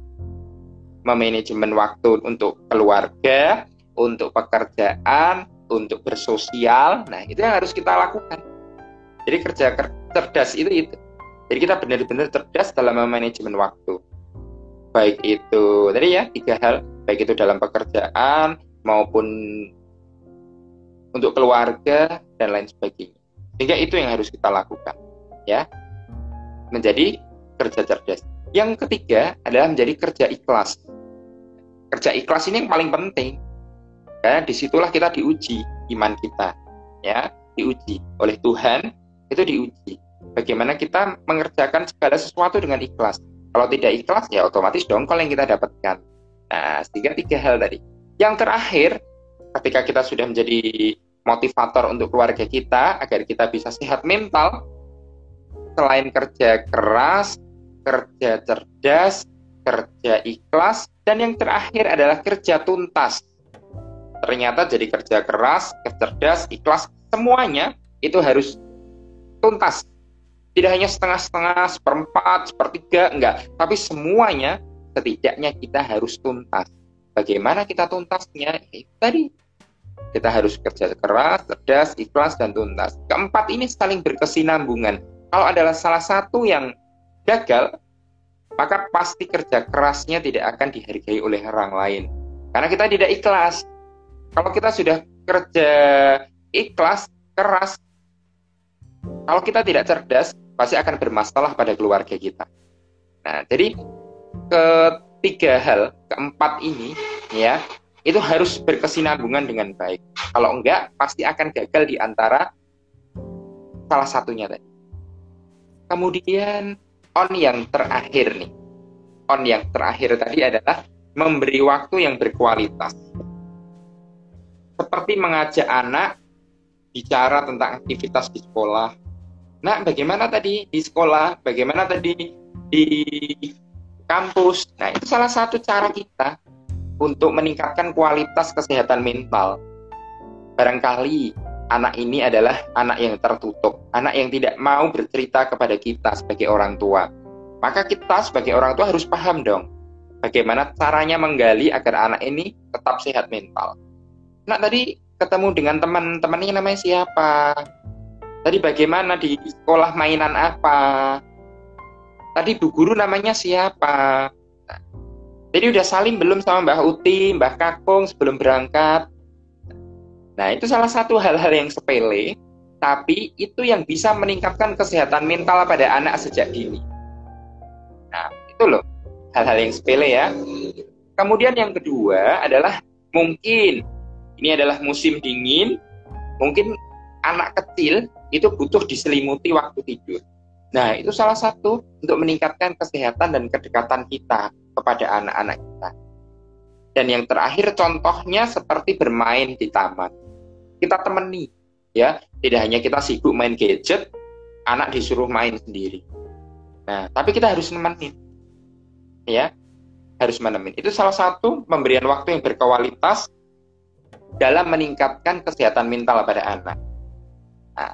S2: Memanajemen waktu untuk keluarga, untuk pekerjaan, untuk bersosial. Nah, itu yang harus kita lakukan. Jadi kerja cerdas itu itu. Jadi kita benar-benar cerdas dalam memanajemen waktu. Baik itu tadi ya tiga hal, baik itu dalam pekerjaan maupun untuk keluarga dan lain sebagainya. Sehingga itu yang harus kita lakukan, ya. Menjadi kerja cerdas. Yang ketiga adalah menjadi kerja ikhlas. Kerja ikhlas ini yang paling penting. Ya, disitulah kita diuji iman kita, ya, diuji oleh Tuhan, itu diuji. Bagaimana kita mengerjakan segala sesuatu dengan ikhlas. Kalau tidak ikhlas, ya otomatis dongkol yang kita dapatkan. Nah, sehingga tiga hal tadi. Yang terakhir, ketika kita sudah menjadi motivator untuk keluarga kita agar kita bisa sehat mental, selain kerja keras, kerja cerdas, kerja ikhlas, dan yang terakhir adalah kerja tuntas. Ternyata jadi kerja keras, kerja cerdas, ikhlas, semuanya itu harus tuntas. Tidak hanya setengah-setengah, seperempat, sepertiga, enggak, tapi semuanya setidaknya kita harus tuntas. Bagaimana kita tuntasnya? Ya, itu tadi. Kita harus kerja keras, cerdas, ikhlas, dan tuntas. Keempat ini saling berkesinambungan. Kalau adalah salah satu yang gagal, maka pasti kerja kerasnya tidak akan dihargai oleh orang lain. Karena kita tidak ikhlas. Kalau kita sudah kerja ikhlas, keras, kalau kita tidak cerdas, pasti akan bermasalah pada keluarga kita. Nah, jadi ketiga hal, keempat ini, ya, itu harus berkesinambungan dengan baik. Kalau enggak, pasti akan gagal di antara salah satunya tadi. Kemudian, on yang terakhir nih. On yang terakhir tadi adalah memberi waktu yang berkualitas. Seperti mengajak anak bicara tentang aktivitas di sekolah. Nah, bagaimana tadi di sekolah? Bagaimana tadi di kampus? Nah, itu salah satu cara kita untuk meningkatkan kualitas kesehatan mental. Barangkali anak ini adalah anak yang tertutup, anak yang tidak mau bercerita kepada kita sebagai orang tua. Maka kita sebagai orang tua harus paham dong, bagaimana caranya menggali agar anak ini tetap sehat mental. Anak tadi ketemu dengan teman-temannya namanya siapa? Tadi bagaimana di sekolah mainan apa? Tadi bu guru namanya siapa? Jadi udah salim belum sama Mbah Uti, Mbah Kakung sebelum berangkat? Nah, itu salah satu hal-hal yang sepele, tapi itu yang bisa meningkatkan kesehatan mental pada anak sejak dini. Nah, itu loh, hal-hal yang sepele ya. Kemudian yang kedua adalah mungkin, ini adalah musim dingin, mungkin anak kecil itu butuh diselimuti waktu tidur. Nah, itu salah satu untuk meningkatkan kesehatan dan kedekatan kita kepada anak-anak kita. Dan yang terakhir contohnya seperti bermain di taman. Kita temani, ya. Tidak hanya kita sibuk main gadget, anak disuruh main sendiri. Nah, tapi kita harus nemenin. Ya. Harus menemin. Itu salah satu pemberian waktu yang berkualitas dalam meningkatkan kesehatan mental pada anak. Nah,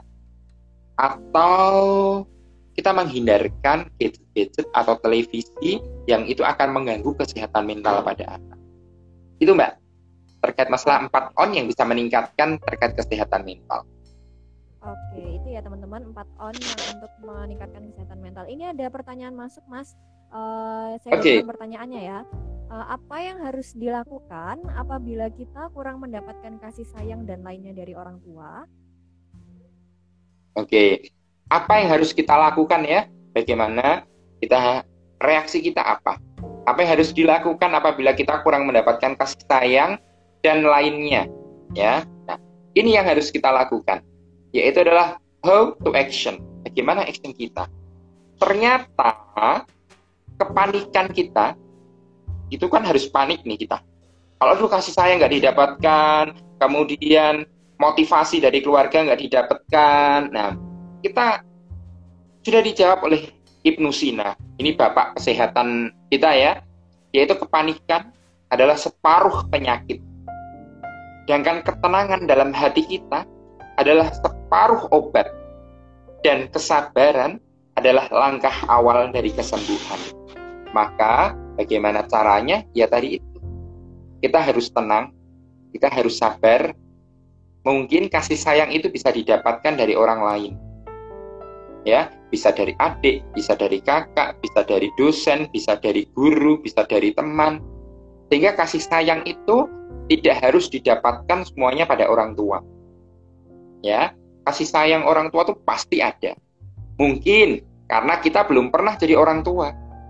S2: atau kita menghindarkan gadget-gadget atau televisi yang itu akan mengganggu kesehatan mental pada anak. Itu Mbak, terkait masalah empat on yang bisa meningkatkan terkait kesehatan mental.
S1: Oke, itu ya teman-teman, empat on yang untuk meningkatkan kesehatan mental. Ini ada pertanyaan masuk Mas, uh, saya
S2: Oke.
S1: bacakan pertanyaannya ya. Uh, apa yang harus dilakukan apabila kita kurang mendapatkan kasih sayang dan lainnya dari orang tua?
S2: Oke, apa yang harus kita lakukan ya? Bagaimana kita reaksi kita apa? Apa yang harus dilakukan apabila kita kurang mendapatkan kasih sayang dan lainnya? Ya, nah, ini yang harus kita lakukan, yaitu adalah how to action. Bagaimana action kita? Ternyata kepanikan kita itu kan harus panik nih kita. Kalau dulu kasih sayang nggak didapatkan, kemudian motivasi dari keluarga nggak didapatkan, nah kita sudah dijawab oleh Ibnu Sina. Ini bapak kesehatan kita ya, yaitu kepanikan adalah separuh penyakit. Sedangkan ketenangan dalam hati kita adalah separuh obat. Dan kesabaran adalah langkah awal dari kesembuhan. Maka bagaimana caranya? Ya tadi itu. Kita harus tenang, kita harus sabar. Mungkin kasih sayang itu bisa didapatkan dari orang lain. Ya, bisa dari adik, bisa dari kakak, bisa dari dosen, bisa dari guru, bisa dari teman. Sehingga kasih sayang itu tidak harus didapatkan semuanya pada orang tua. Ya, kasih sayang orang tua itu pasti ada. Mungkin karena kita belum pernah jadi orang tua.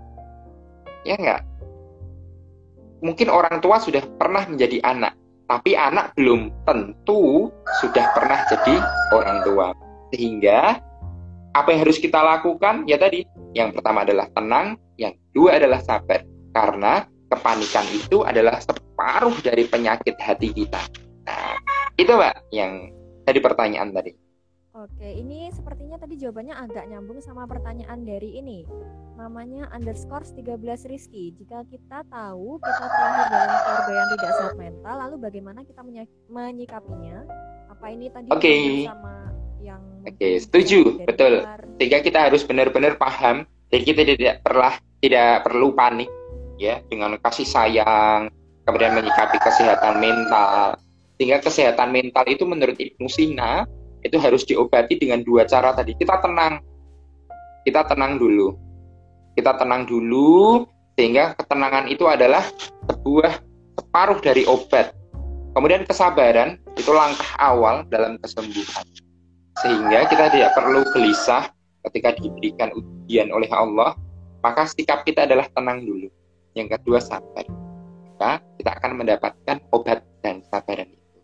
S2: Ya enggak? Mungkin orang tua sudah pernah menjadi anak, tapi anak belum tentu sudah pernah jadi orang tua. Sehingga apa yang harus kita lakukan? Ya tadi, yang pertama adalah tenang, yang kedua adalah sabar. Karena kepanikan itu adalah separuh dari penyakit hati kita. Nah, itu Mbak yang tadi pertanyaan tadi.
S1: Oke, ini sepertinya tadi jawabannya agak nyambung sama pertanyaan dari ini. Namanya underscore tiga belas Rizky. Jika kita tahu kita terlahir dalam keluarga yang tidak sehat mental, lalu bagaimana kita menyikapinya? Apa ini tadi
S2: okay.
S1: sama yang
S2: Oke, okay, setuju, betul. Luar. Sehingga kita harus benar-benar paham. Jadi kita tidak perlu tidak perlu panik ya dengan kasih sayang, kemudian menyikapi kesehatan mental. Sehingga kesehatan mental itu menurut Ibnu Sina itu harus diobati dengan dua cara tadi. Kita tenang. Kita tenang dulu. Kita tenang dulu sehingga ketenangan itu adalah sebuah separuh dari obat. Kemudian kesabaran itu langkah awal dalam kesembuhan. Sehingga kita tidak perlu gelisah ketika diberikan ujian oleh Allah, maka sikap kita adalah tenang dulu. Yang kedua sabar. Maka kita akan mendapatkan obat dan sabaran itu.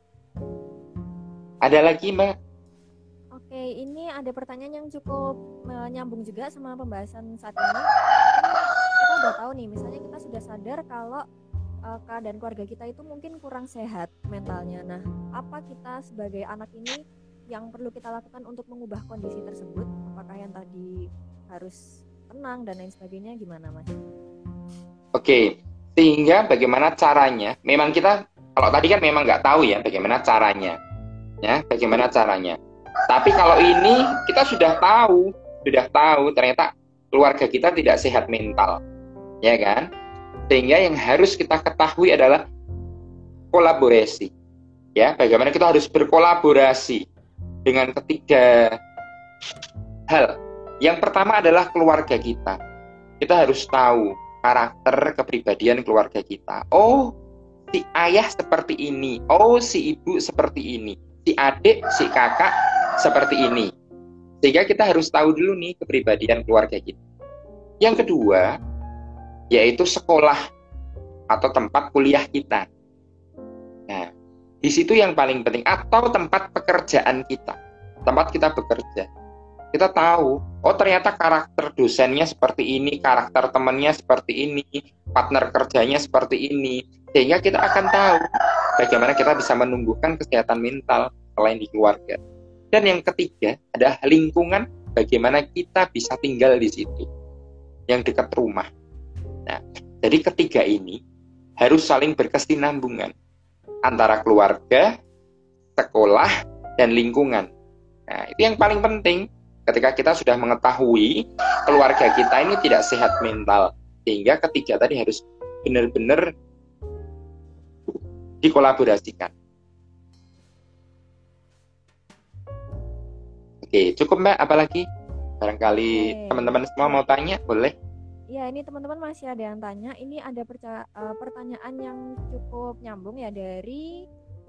S2: Ada lagi Mbak?
S1: Oke, ini ada pertanyaan yang cukup menyambung juga sama pembahasan saat ini. Kita udah tahu nih, misalnya kita sudah sadar kalau uh, keadaan keluarga kita itu mungkin kurang sehat mentalnya. Nah, apa kita sebagai anak ini yang perlu kita lakukan untuk mengubah kondisi tersebut? Apakah yang tadi harus tenang dan lain sebagainya, gimana Mas?
S2: Oke, sehingga bagaimana caranya? Memang kita, kalau tadi kan memang nggak tahu ya bagaimana caranya. Ya, bagaimana caranya. Tapi kalau ini kita sudah tahu, sudah tahu ternyata keluarga kita tidak sehat mental, ya kan? Sehingga yang harus kita ketahui adalah kolaborasi, ya. Bagaimana kita harus berkolaborasi dengan ketiga hal. Yang pertama adalah keluarga kita. Kita harus tahu karakter kepribadian keluarga kita. Oh, si ayah seperti ini. Oh, si ibu seperti ini. Si adik, si kakak seperti ini. Sehingga kita harus tahu dulu nih kepribadian keluarga kita. Yang kedua, yaitu sekolah atau tempat kuliah kita. Nah, di situ yang paling penting, atau tempat pekerjaan kita. Tempat kita bekerja. Kita tahu, oh ternyata karakter dosennya seperti ini, karakter temannya seperti ini, partner kerjanya seperti ini. Sehingga kita akan tahu bagaimana kita bisa menumbuhkan kesehatan mental selain di keluarga. Dan yang ketiga adalah lingkungan, bagaimana kita bisa tinggal di situ, yang dekat rumah. Nah, jadi ketiga ini harus saling berkesinambungan antara keluarga, sekolah, dan lingkungan. Nah, itu yang paling penting ketika kita sudah mengetahui keluarga kita ini tidak sehat mental. Sehingga ketiga tadi harus benar-benar dikolaborasikan. Oke, cukup Mbak, apalagi? Barangkali Oke. Teman-teman semua mau tanya, boleh?
S1: ya ini teman-teman masih ada yang tanya. Ini ada perca- uh, pertanyaan yang cukup nyambung ya dari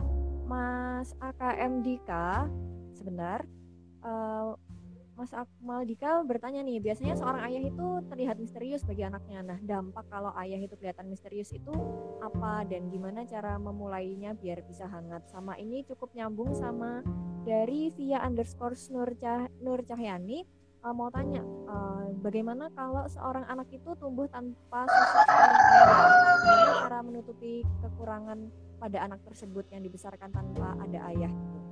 S1: Mas A K M Dika. Sebentar. Uh, Mas Akmal Dika bertanya nih, biasanya seorang ayah itu terlihat misterius bagi anaknya. Nah, dampak kalau ayah itu kelihatan misterius itu apa dan gimana cara memulainya biar bisa hangat? Sama ini cukup nyambung sama dari via underscore Nur, Cah, Nur Cahyani uh, mau tanya, uh, bagaimana kalau seorang anak itu tumbuh tanpa sosok seorang ayah? Gimana cara menutupi kekurangan pada anak tersebut yang dibesarkan tanpa ada ayah?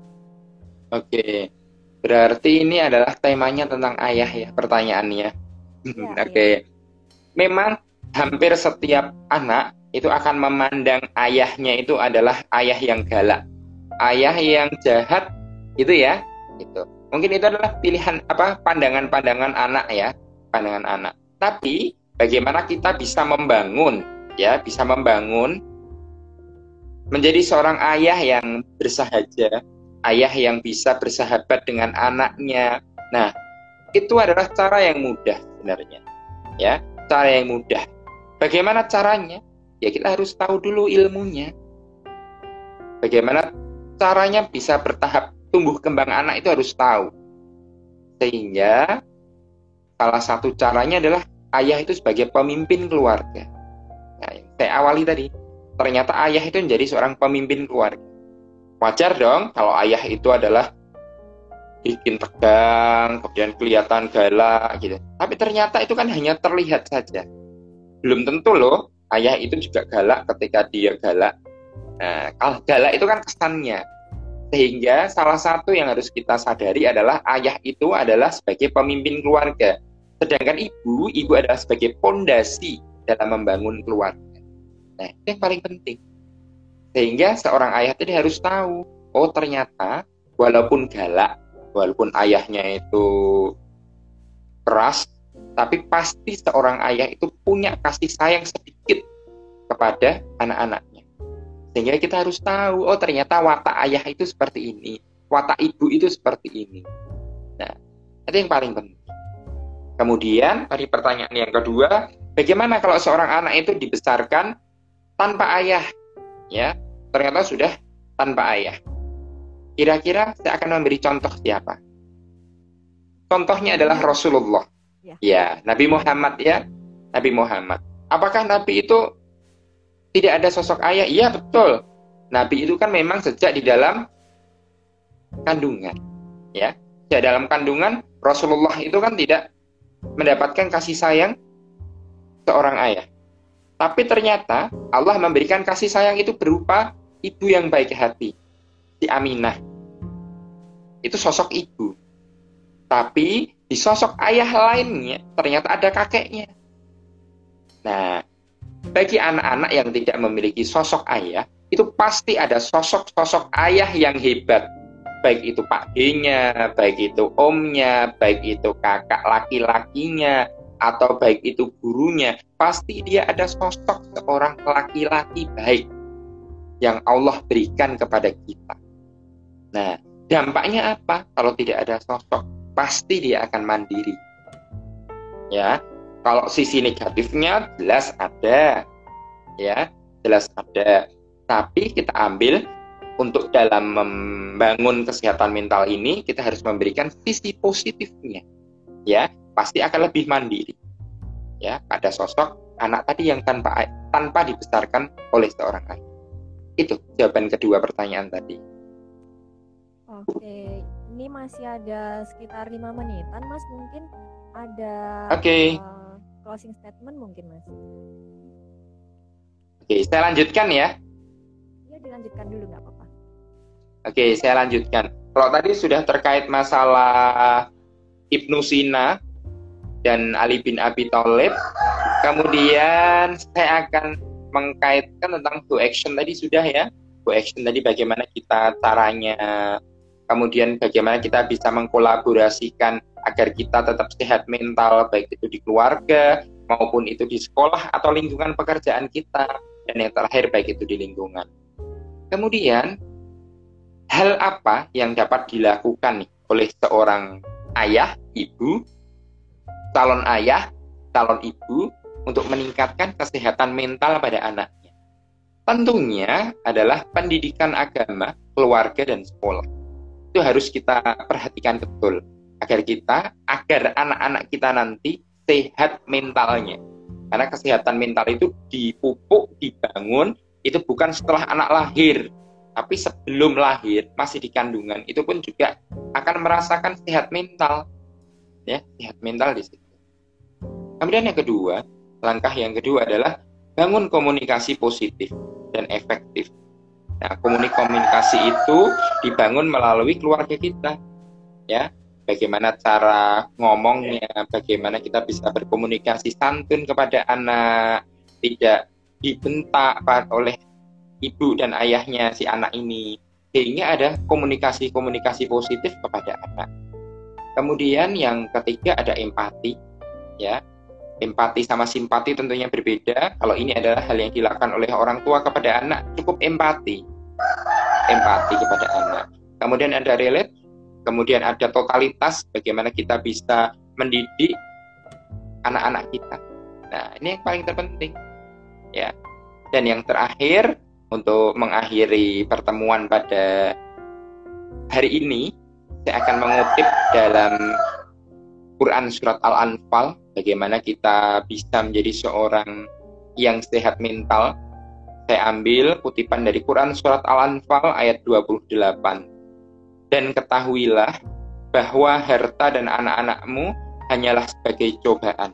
S2: Oke. Berarti ini adalah temanya tentang ayah ya, pertanyaannya.
S1: Ya,
S2: Oke. Okay. Memang hampir setiap anak itu akan memandang ayahnya itu adalah ayah yang galak, ayah yang jahat, gitu ya. Gitu. Mungkin itu adalah pilihan apa pandangan-pandangan anak ya, pandangan anak. Tapi bagaimana kita bisa membangun ya, bisa membangun menjadi seorang ayah yang bersahaja, ayah yang bisa bersahabat dengan anaknya. Nah, itu adalah cara yang mudah sebenarnya. Ya, cara yang mudah. Bagaimana caranya? Ya kita harus tahu dulu ilmunya. Bagaimana caranya bisa bertahap tumbuh kembang anak itu harus tahu. Sehingga salah satu caranya adalah ayah itu sebagai pemimpin keluarga. Nah, yang saya awali tadi, ternyata ayah itu menjadi seorang pemimpin keluarga. Wajar dong kalau ayah itu adalah bikin tegang, kemudian kelihatan galak gitu. Tapi ternyata itu kan hanya terlihat saja. Belum tentu loh ayah itu juga galak ketika dia galak. Nah, kalau galak itu kan kesannya. Sehingga salah satu yang harus kita sadari adalah ayah itu adalah sebagai pemimpin keluarga. Sedangkan ibu, ibu adalah sebagai pondasi dalam membangun keluarga. Nah, itu yang paling penting. Sehingga seorang ayah tadi harus tahu, oh ternyata walaupun galak, walaupun ayahnya itu keras, tapi pasti seorang ayah itu punya kasih sayang sedikit kepada anak-anaknya. Sehingga kita harus tahu, oh ternyata watak ayah itu seperti ini, watak ibu itu seperti ini. Nah, itu yang paling penting. Kemudian, tadi pertanyaan yang kedua, bagaimana kalau seorang anak itu dibesarkan tanpa ayah? Ya, ternyata sudah tanpa ayah. Kira-kira saya akan memberi contoh siapa? Contohnya adalah Rasulullah. Ya, ya Nabi Muhammad ya, Nabi Muhammad. Apakah Nabi itu tidak ada sosok ayah? Iya betul. Nabi itu kan memang sejak di dalam kandungan, ya. Sejak dalam kandungan Rasulullah itu kan tidak mendapatkan kasih sayang seorang ayah. Tapi ternyata Allah memberikan kasih sayang itu berupa ibu yang baik hati, si Aminah. Itu sosok ibu. Tapi di sosok ayah lainnya ternyata ada kakeknya. Nah, bagi anak-anak yang tidak memiliki sosok ayah, itu pasti ada sosok-sosok ayah yang hebat. Baik itu Pak D-nya, baik itu omnya, baik itu kakak laki-lakinya, atau baik itu gurunya, pasti dia ada sosok seorang laki-laki baik yang Allah berikan kepada kita. Nah, dampaknya apa? Kalau tidak ada sosok, pasti dia akan mandiri. Ya, kalau sisi negatifnya jelas ada, ya, jelas ada. Tapi kita ambil untuk dalam membangun kesehatan mental ini, kita harus memberikan sisi positifnya. Ya, pasti akan lebih mandiri ya pada sosok anak tadi yang tanpa tanpa dibesarkan oleh seorang ayah. Itu jawaban kedua pertanyaan tadi.
S1: Oke, ini masih ada sekitar lima menitan, Mas. Mungkin ada
S2: okay.
S1: uh, closing statement mungkin, Mas.
S2: Oke, saya lanjutkan ya.
S1: Ya, dilanjutkan dulu nggak apa-apa.
S2: Oke, saya lanjutkan. Kalau tadi sudah terkait masalah Ibnu Sina dan Ali bin Abi Thalib, kemudian saya akan mengkaitkan tentang go action tadi sudah ya. Go action tadi bagaimana kita caranya, kemudian bagaimana kita bisa mengkolaborasikan agar kita tetap sehat mental, baik itu di keluarga maupun itu di sekolah atau lingkungan pekerjaan kita, dan yang terakhir baik itu di lingkungan. Kemudian hal apa yang dapat dilakukan nih oleh seorang ayah, ibu, calon ayah, calon ibu untuk meningkatkan kesehatan mental pada anaknya? Tentunya adalah pendidikan agama, keluarga, dan sekolah. Itu harus kita perhatikan betul agar kita, agar anak-anak kita nanti sehat mentalnya. Karena kesehatan mental itu dipupuk, dibangun, itu bukan setelah anak lahir, tapi sebelum lahir, masih di kandungan, itu pun juga akan merasakan sehat mental. Ya, sehat mental di situ. Kemudian yang kedua, langkah yang kedua adalah bangun komunikasi positif dan efektif. Nah, komunikasi itu dibangun melalui keluarga kita. Ya, bagaimana cara ngomongnya, bagaimana kita bisa berkomunikasi santun kepada anak, tidak dibentak oleh ibu dan ayahnya si anak ini, sehingga ada komunikasi-komunikasi positif kepada anak. Kemudian yang ketiga ada empati, ya. Empati sama simpati tentunya berbeda. Kalau ini adalah hal yang dilakukan oleh orang tua kepada anak, cukup empati. Empati kepada anak. Kemudian ada relate, kemudian ada totalitas, bagaimana kita bisa mendidik anak-anak kita. Nah, ini yang paling terpenting. Ya. Dan yang terakhir, untuk mengakhiri pertemuan pada hari ini, saya akan mengutip dalam Quran Surat Al-Anfal, bagaimana kita bisa menjadi seorang yang sehat mental. Saya ambil kutipan dari Quran Surat Al-Anfal ayat dua puluh delapan. Dan ketahuilah bahwa harta dan anak-anakmu hanyalah sebagai cobaan.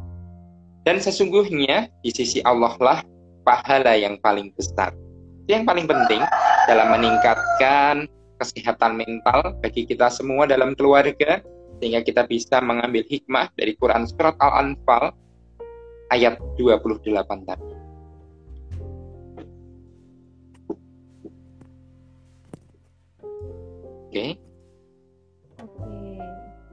S2: Dan sesungguhnya di sisi Allah lah pahala yang paling besar. Itu yang paling penting dalam meningkatkan kesehatan mental bagi kita semua dalam keluarga, sehingga kita bisa mengambil hikmah dari Quran Surat Al-Anfal ayat dua puluh delapan tadi. Oke. Okay.
S1: Oke.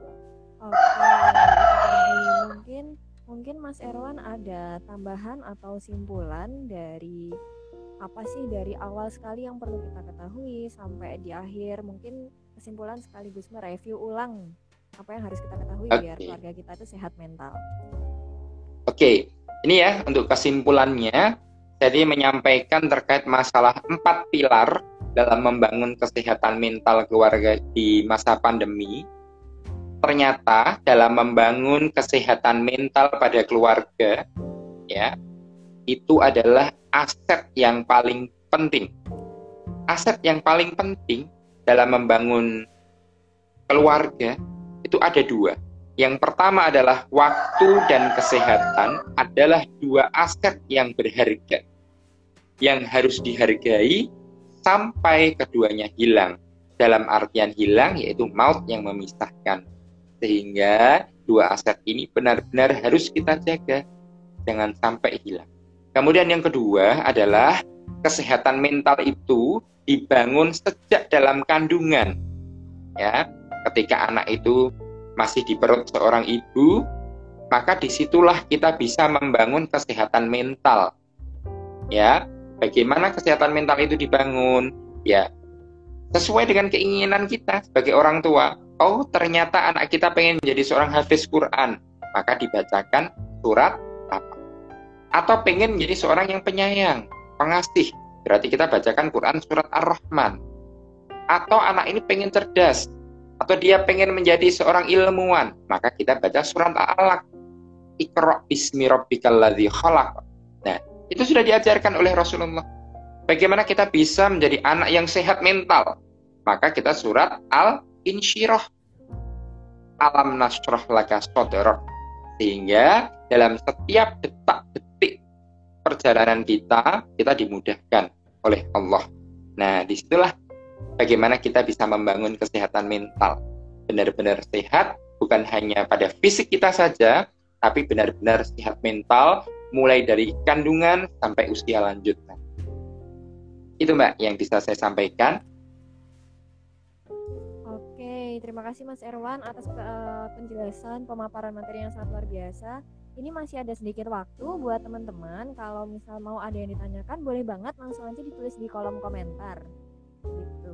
S1: Oke. Mungkin mungkin Mas Erwan ada tambahan atau simpulan dari apa sih dari awal sekali yang perlu kita ketahui sampai di akhir, mungkin kesimpulan sekaligus mereview ulang apa yang harus kita ketahui okay. biar keluarga kita itu sehat mental.
S2: Oke, okay. Ini ya untuk kesimpulannya, jadi menyampaikan terkait masalah empat pilar dalam membangun kesehatan mental keluarga di masa pandemi. Ternyata dalam membangun kesehatan mental pada keluarga, ya, itu adalah aset yang paling penting. Aset yang paling penting dalam membangun keluarga itu ada dua. Yang pertama adalah waktu dan kesehatan adalah dua aset yang berharga, yang harus dihargai sampai keduanya hilang. Dalam artian hilang yaitu maut yang memisahkan. Sehingga dua aset ini benar-benar harus kita jaga, jangan sampai hilang. Kemudian yang kedua adalah kesehatan mental itu dibangun sejak dalam kandungan. Ya, ketika anak itu masih di perut seorang ibu, maka disitulah kita bisa membangun kesehatan mental. Ya, bagaimana kesehatan mental itu dibangun? Ya, sesuai dengan keinginan kita sebagai orang tua. Oh, ternyata anak kita pengen menjadi seorang hafiz Quran, maka dibacakan surat apa? Atau pengen menjadi seorang yang penyayang, pengasih, berarti kita bacakan Quran surat Ar-Rahman. Atau anak ini pengen cerdas, atau dia pengen menjadi seorang ilmuwan, maka kita baca surat Al-Alaq. Iqra' bismi rabbikal ladzi khalaq. Nah, itu sudah diajarkan oleh Rasulullah. Bagaimana kita bisa menjadi anak yang sehat mental? Maka kita surat Al-Insyirah. Alam nashrah laka sadrak. Sehingga dalam setiap detak-detik perjalanan kita, kita dimudahkan oleh Allah. Nah, disitulah bagaimana kita bisa membangun kesehatan mental. Benar-benar sehat, bukan hanya pada fisik kita saja, tapi benar-benar sehat mental, mulai dari kandungan sampai usia lanjut. Itu Mbak yang bisa saya sampaikan.
S1: Oke, terima kasih Mas Erwan atas uh, penjelasan pemaparan materi yang sangat luar biasa. Ini masih ada sedikit waktu buat teman-teman. Kalau misal mau ada yang ditanyakan, boleh banget langsung aja ditulis di kolom komentar. Gitu.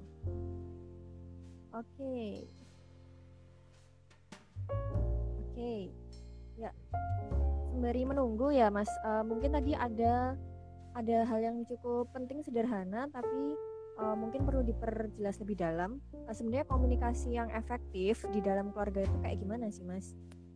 S1: Oke. Oke. Ya. Sembari menunggu ya Mas, uh, mungkin tadi ada ada hal yang cukup penting sederhana tapi uh, mungkin perlu diperjelas lebih dalam. Uh, sebenarnya komunikasi yang efektif di dalam keluarga itu kayak gimana sih Mas?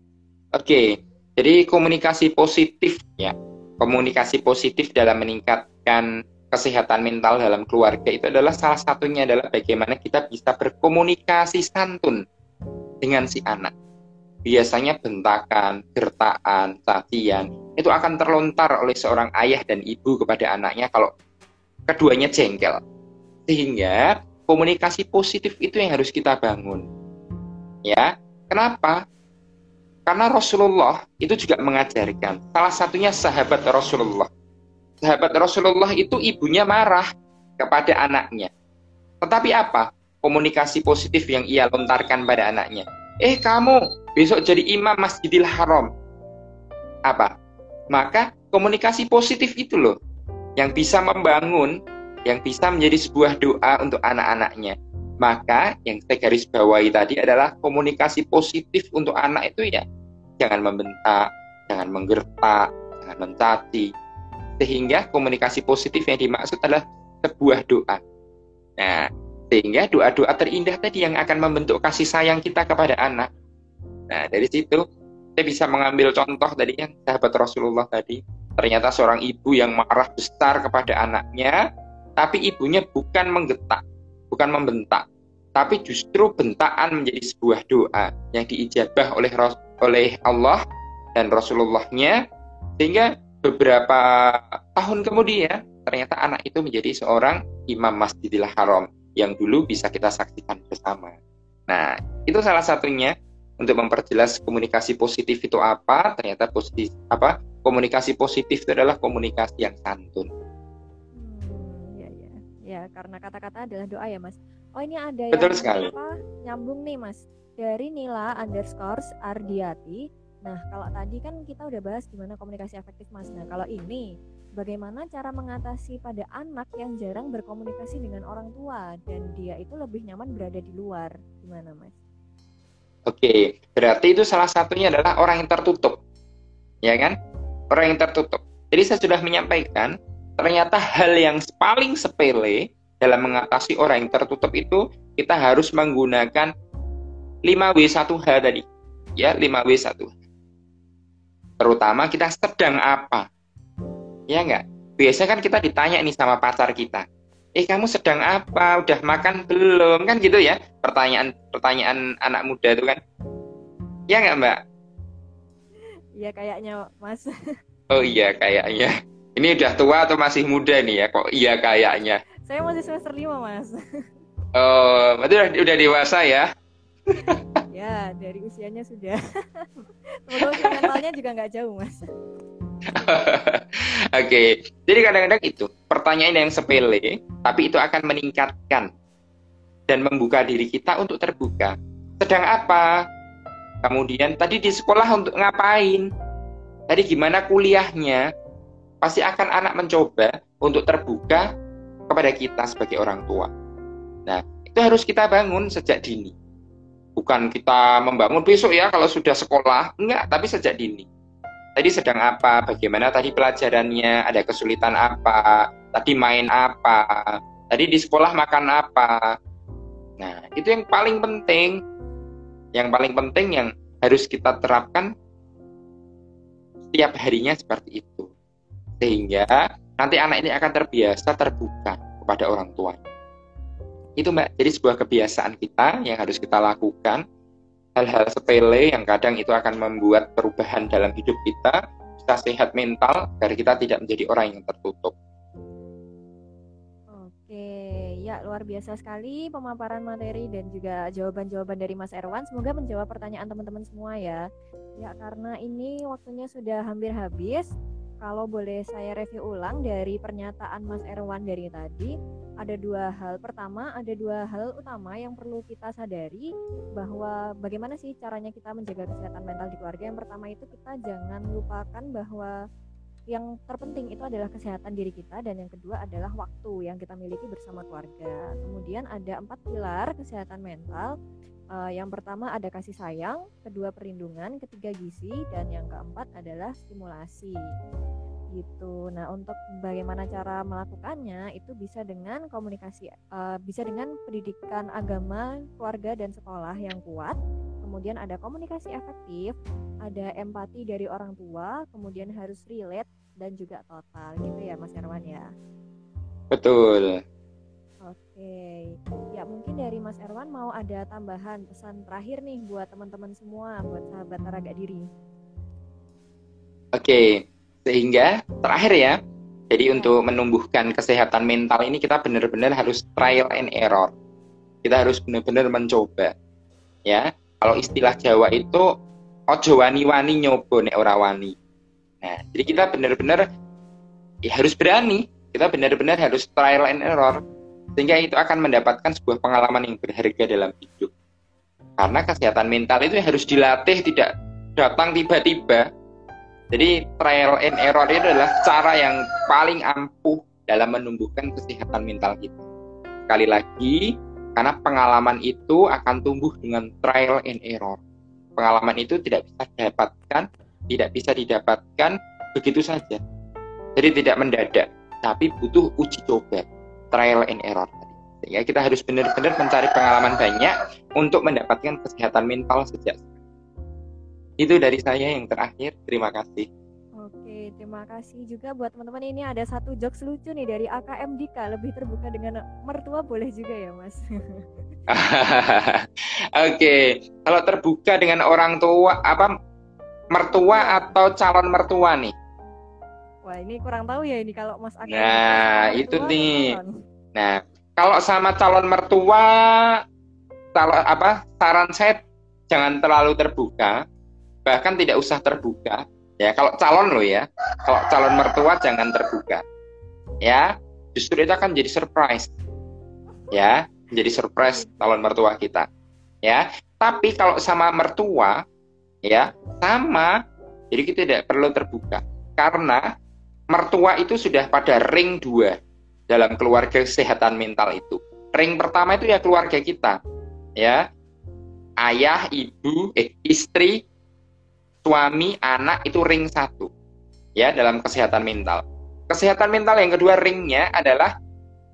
S2: Oke, jadi komunikasi positif ya, komunikasi positif dalam meningkatkan kesehatan mental dalam keluarga itu adalah salah satunya adalah bagaimana kita bisa berkomunikasi santun dengan si anak. Biasanya bentakan, gertakan, cacian itu akan terlontar oleh seorang ayah dan ibu kepada anaknya kalau keduanya jengkel. Sehingga komunikasi positif itu yang harus kita bangun. Ya, kenapa? Karena Rasulullah itu juga mengajarkan. Salah satunya sahabat Rasulullah. Sahabat Rasulullah itu ibunya marah kepada anaknya. Tetapi apa? Komunikasi positif yang ia lontarkan pada anaknya. Eh kamu besok jadi imam Masjidil Haram. Apa? Maka komunikasi positif itu loh yang bisa membangun, yang bisa menjadi sebuah doa untuk anak-anaknya. Maka yang saya garis bawahi tadi adalah komunikasi positif untuk anak itu ya jangan membentak, jangan menggertak, jangan mencaci. Sehingga komunikasi positif yang dimaksud adalah sebuah doa. Nah, sehingga doa-doa terindah tadi yang akan membentuk kasih sayang kita kepada anak. Nah, dari situ saya bisa mengambil contoh tadi yang sahabat Rasulullah tadi. Ternyata seorang ibu yang marah besar kepada anaknya, tapi ibunya bukan menggetak, bukan membentak, tapi justru bentakan menjadi sebuah doa yang diijabah oleh oleh Allah dan Rasulullah-Nya, sehingga beberapa tahun kemudian ternyata anak itu menjadi seorang imam Masjidil Haram yang dulu bisa kita saksikan bersama. Nah, itu salah satunya untuk memperjelas komunikasi positif itu apa. Ternyata positif apa? Komunikasi positif itu adalah komunikasi yang santun.
S1: Hmm, ya ya. Ya, karena kata-kata adalah doa ya, Mas. Oh, ini ada
S2: Betul
S1: yang
S2: sekali.
S1: apa? Nyambung nih, Mas. Dari Nila underscore Ardiati. Nah, kalau tadi kan kita udah bahas gimana komunikasi efektif, Mas. Nah, kalau ini bagaimana cara mengatasi pada anak yang jarang berkomunikasi dengan orang tua dan dia itu lebih nyaman berada di luar? Gimana, Mas?
S2: Oke, berarti itu salah satunya adalah orang yang tertutup. Ya kan? Orang yang tertutup. Jadi saya sudah menyampaikan, ternyata hal yang paling sepele dalam mengatasi orang yang tertutup itu kita harus menggunakan lima W satu H tadi. Ya, lima W satu H. Terutama kita sedang apa? Ya enggak? Biasanya kan kita ditanya nih sama pacar kita. Eh kamu sedang apa? Udah makan belum? Kan gitu ya. Pertanyaan pertanyaan anak muda itu kan. Ya enggak, Mbak?
S1: Iya kayaknya, Mas.
S2: Oh iya kayaknya. Ini udah tua atau masih muda nih ya? Kok iya kayaknya?
S1: Saya masih semester lima, Mas.
S2: Oh, berarti udah, udah dewasa ya?
S1: Ya, dari usianya sudah. Semoga mentalnya juga nggak jauh, Mas.
S2: Oke, okay. Jadi kadang-kadang itu pertanyaan yang sepele, tapi itu akan meningkatkan dan membuka diri kita untuk terbuka. Sedang apa? Kemudian tadi di sekolah untuk ngapain? Tadi gimana kuliahnya? Pasti akan anak mencoba untuk terbuka kepada kita sebagai orang tua. Nah, itu harus kita bangun sejak dini. Bukan kita membangun besok ya kalau sudah sekolah, enggak, tapi sejak dini. Tadi sedang apa, bagaimana tadi pelajarannya, ada kesulitan apa, tadi main apa, tadi di sekolah makan apa. Nah, itu yang paling penting. Yang paling penting yang harus kita terapkan setiap harinya seperti itu. Sehingga nanti anak ini akan terbiasa terbuka kepada orang tua. Itu Mbak, jadi sebuah kebiasaan kita yang harus kita lakukan. Hal-hal sepele yang kadang itu akan membuat perubahan dalam hidup kita, kita sehat mental, agar kita tidak menjadi orang yang tertutup.
S1: Oke, ya luar biasa sekali pemaparan materi dan juga jawaban-jawaban dari Mas Erwan. Semoga menjawab pertanyaan teman-teman semua ya. Ya karena ini waktunya sudah hampir habis. Kalau boleh saya review ulang dari pernyataan Mas Erwan dari tadi, ada dua hal. Pertama, ada dua hal utama yang perlu kita sadari bahwa bagaimana sih caranya kita menjaga kesehatan mental di keluarga. Yang pertama itu kita jangan lupakan bahwa yang terpenting itu adalah kesehatan diri kita, dan yang kedua adalah waktu yang kita miliki bersama keluarga. Kemudian ada empat pilar kesehatan mental. Uh, yang pertama ada kasih sayang, kedua perlindungan, ketiga gizi, dan yang keempat adalah stimulasi. Gitu. Nah, untuk bagaimana cara melakukannya itu bisa dengan komunikasi, uh, bisa dengan pendidikan agama, keluarga dan sekolah yang kuat. Kemudian ada komunikasi efektif, ada empati dari orang tua, kemudian harus relate dan juga total gitu ya Mas Erwan ya.
S2: Betul.
S1: Oke, ya mungkin dari Mas Erwan mau ada tambahan pesan terakhir nih buat teman-teman semua, buat sahabat Taraga Diri.
S2: Oke, sehingga terakhir ya, jadi ya. Untuk menumbuhkan kesehatan mental ini kita benar-benar harus trial and error. Kita harus benar-benar mencoba, ya. Kalau istilah Jawa itu ojo wani-wani nyoba nek ora wani. Nah, jadi kita benar-benar ya harus berani. Kita benar-benar harus trial and error, sehingga itu akan mendapatkan sebuah pengalaman yang berharga dalam hidup. Karena kesehatan mental itu harus dilatih, tidak datang tiba-tiba. Jadi trial and error itu adalah cara yang paling ampuh dalam menumbuhkan kesehatan mental kita. Sekali lagi, karena pengalaman itu akan tumbuh dengan trial and error. Pengalaman itu tidak bisa didapatkan, tidak bisa didapatkan begitu saja. Jadi tidak mendadak, tapi butuh uji coba, trial and error. Sehingga kita harus benar-benar mencari pengalaman banyak untuk mendapatkan kesehatan mental sejak sekarang. Itu dari saya yang terakhir. Terima kasih.
S1: Oke, terima kasih juga buat teman-teman. Ini ada satu jokes lucu nih dari A K M Dika, lebih terbuka dengan mertua boleh juga ya Mas?
S2: Oke, kalau terbuka dengan orang tua, apa mertua atau calon mertua nih?
S1: Wah, ini kurang tahu ya ini kalau Mas A K M.
S2: Nah, itu nih. Nah, kalau sama calon mertua, kalau apa saran saya jangan terlalu terbuka, bahkan tidak usah terbuka. Ya, kalau calon lo ya, kalau calon mertua jangan terbuka. Ya, justru itu akan jadi surprise. Ya, jadi surprise calon mertua kita. Ya, tapi kalau sama mertua, ya sama. Jadi kita tidak perlu terbuka, karena mertua itu sudah pada ring dua dalam keluarga kesehatan mental itu. Ring pertama itu ya keluarga kita, ya, ayah, ibu, eh, istri, suami, anak, itu ring satu, ya, dalam kesehatan mental. Kesehatan mental yang kedua ringnya adalah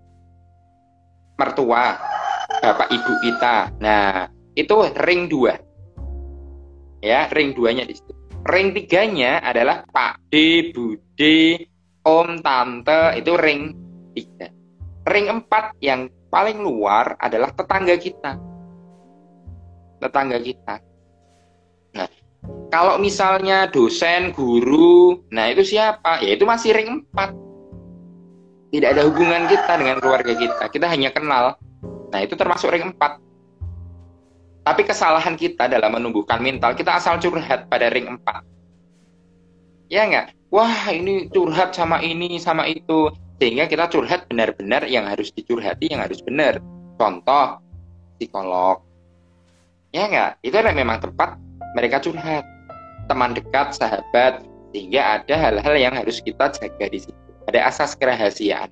S2: mertua, bapak ibu kita. Nah, itu ring dua, ya, ring duanya di situ. Ring tiganya adalah Pak D, Bude, Om, Tante, itu ring tiga. Ring empat yang paling luar adalah tetangga kita, tetangga kita. Nah, kalau misalnya dosen, guru, nah itu siapa? Ya itu masih ring empat. Tidak ada hubungan kita dengan keluarga kita. Kita hanya kenal. Nah itu termasuk ring empat. Tapi kesalahan kita dalam menumbuhkan mental, kita asal curhat pada ring empat. Ya enggak? Wah ini curhat sama ini, sama itu. Sehingga kita curhat benar-benar yang harus dicurhati, yang harus benar. Contoh, psikolog. Ya enggak? Itu memang tempat mereka curhat. Teman dekat, sahabat, sehingga ada hal-hal yang harus kita jaga di situ. Ada asas kerahasiaan.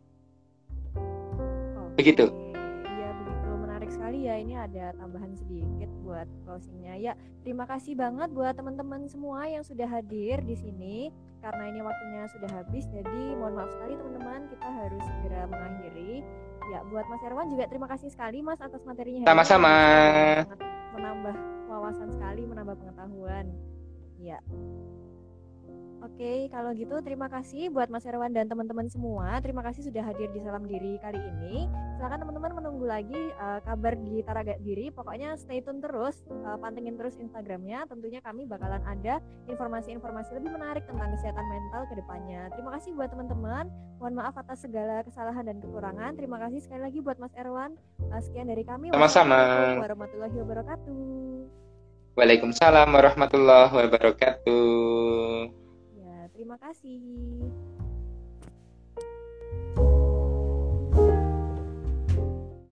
S1: Oke.
S2: Begitu.
S1: Iya, begitu menarik sekali ya. Ini ada tambahan sedikit buat closingnya. Ya, terima kasih banget buat teman-teman semua yang sudah hadir di sini. Karena ini waktunya sudah habis, jadi mohon maaf sekali teman-teman, kita harus segera mengakhiri. Ya, buat Mas Erwan juga terima kasih sekali Mas atas materinya.
S2: Sama-sama.
S1: Sangat menambah wawasan sekali, menambah pengetahuan. Ya. Oke, kalau gitu terima kasih buat Mas Erwan dan teman-teman semua. Terima kasih sudah hadir di Salam Diri kali ini. Silakan teman-teman menunggu lagi uh, kabar di Taraga Diri. Pokoknya stay tune terus, uh, pantengin terus Instagramnya. Tentunya kami bakalan ada informasi-informasi lebih menarik tentang kesehatan mental ke depannya. Terima kasih buat teman-teman. Mohon maaf atas segala kesalahan dan kekurangan. Terima kasih sekali lagi buat Mas Erwan. Uh, sekian dari kami.
S2: Sama-sama.
S1: Wassalamualaikum warahmatullahi wabarakatuh.
S2: Waalaikumsalam warahmatullahi wabarakatuh.
S1: Terima kasih.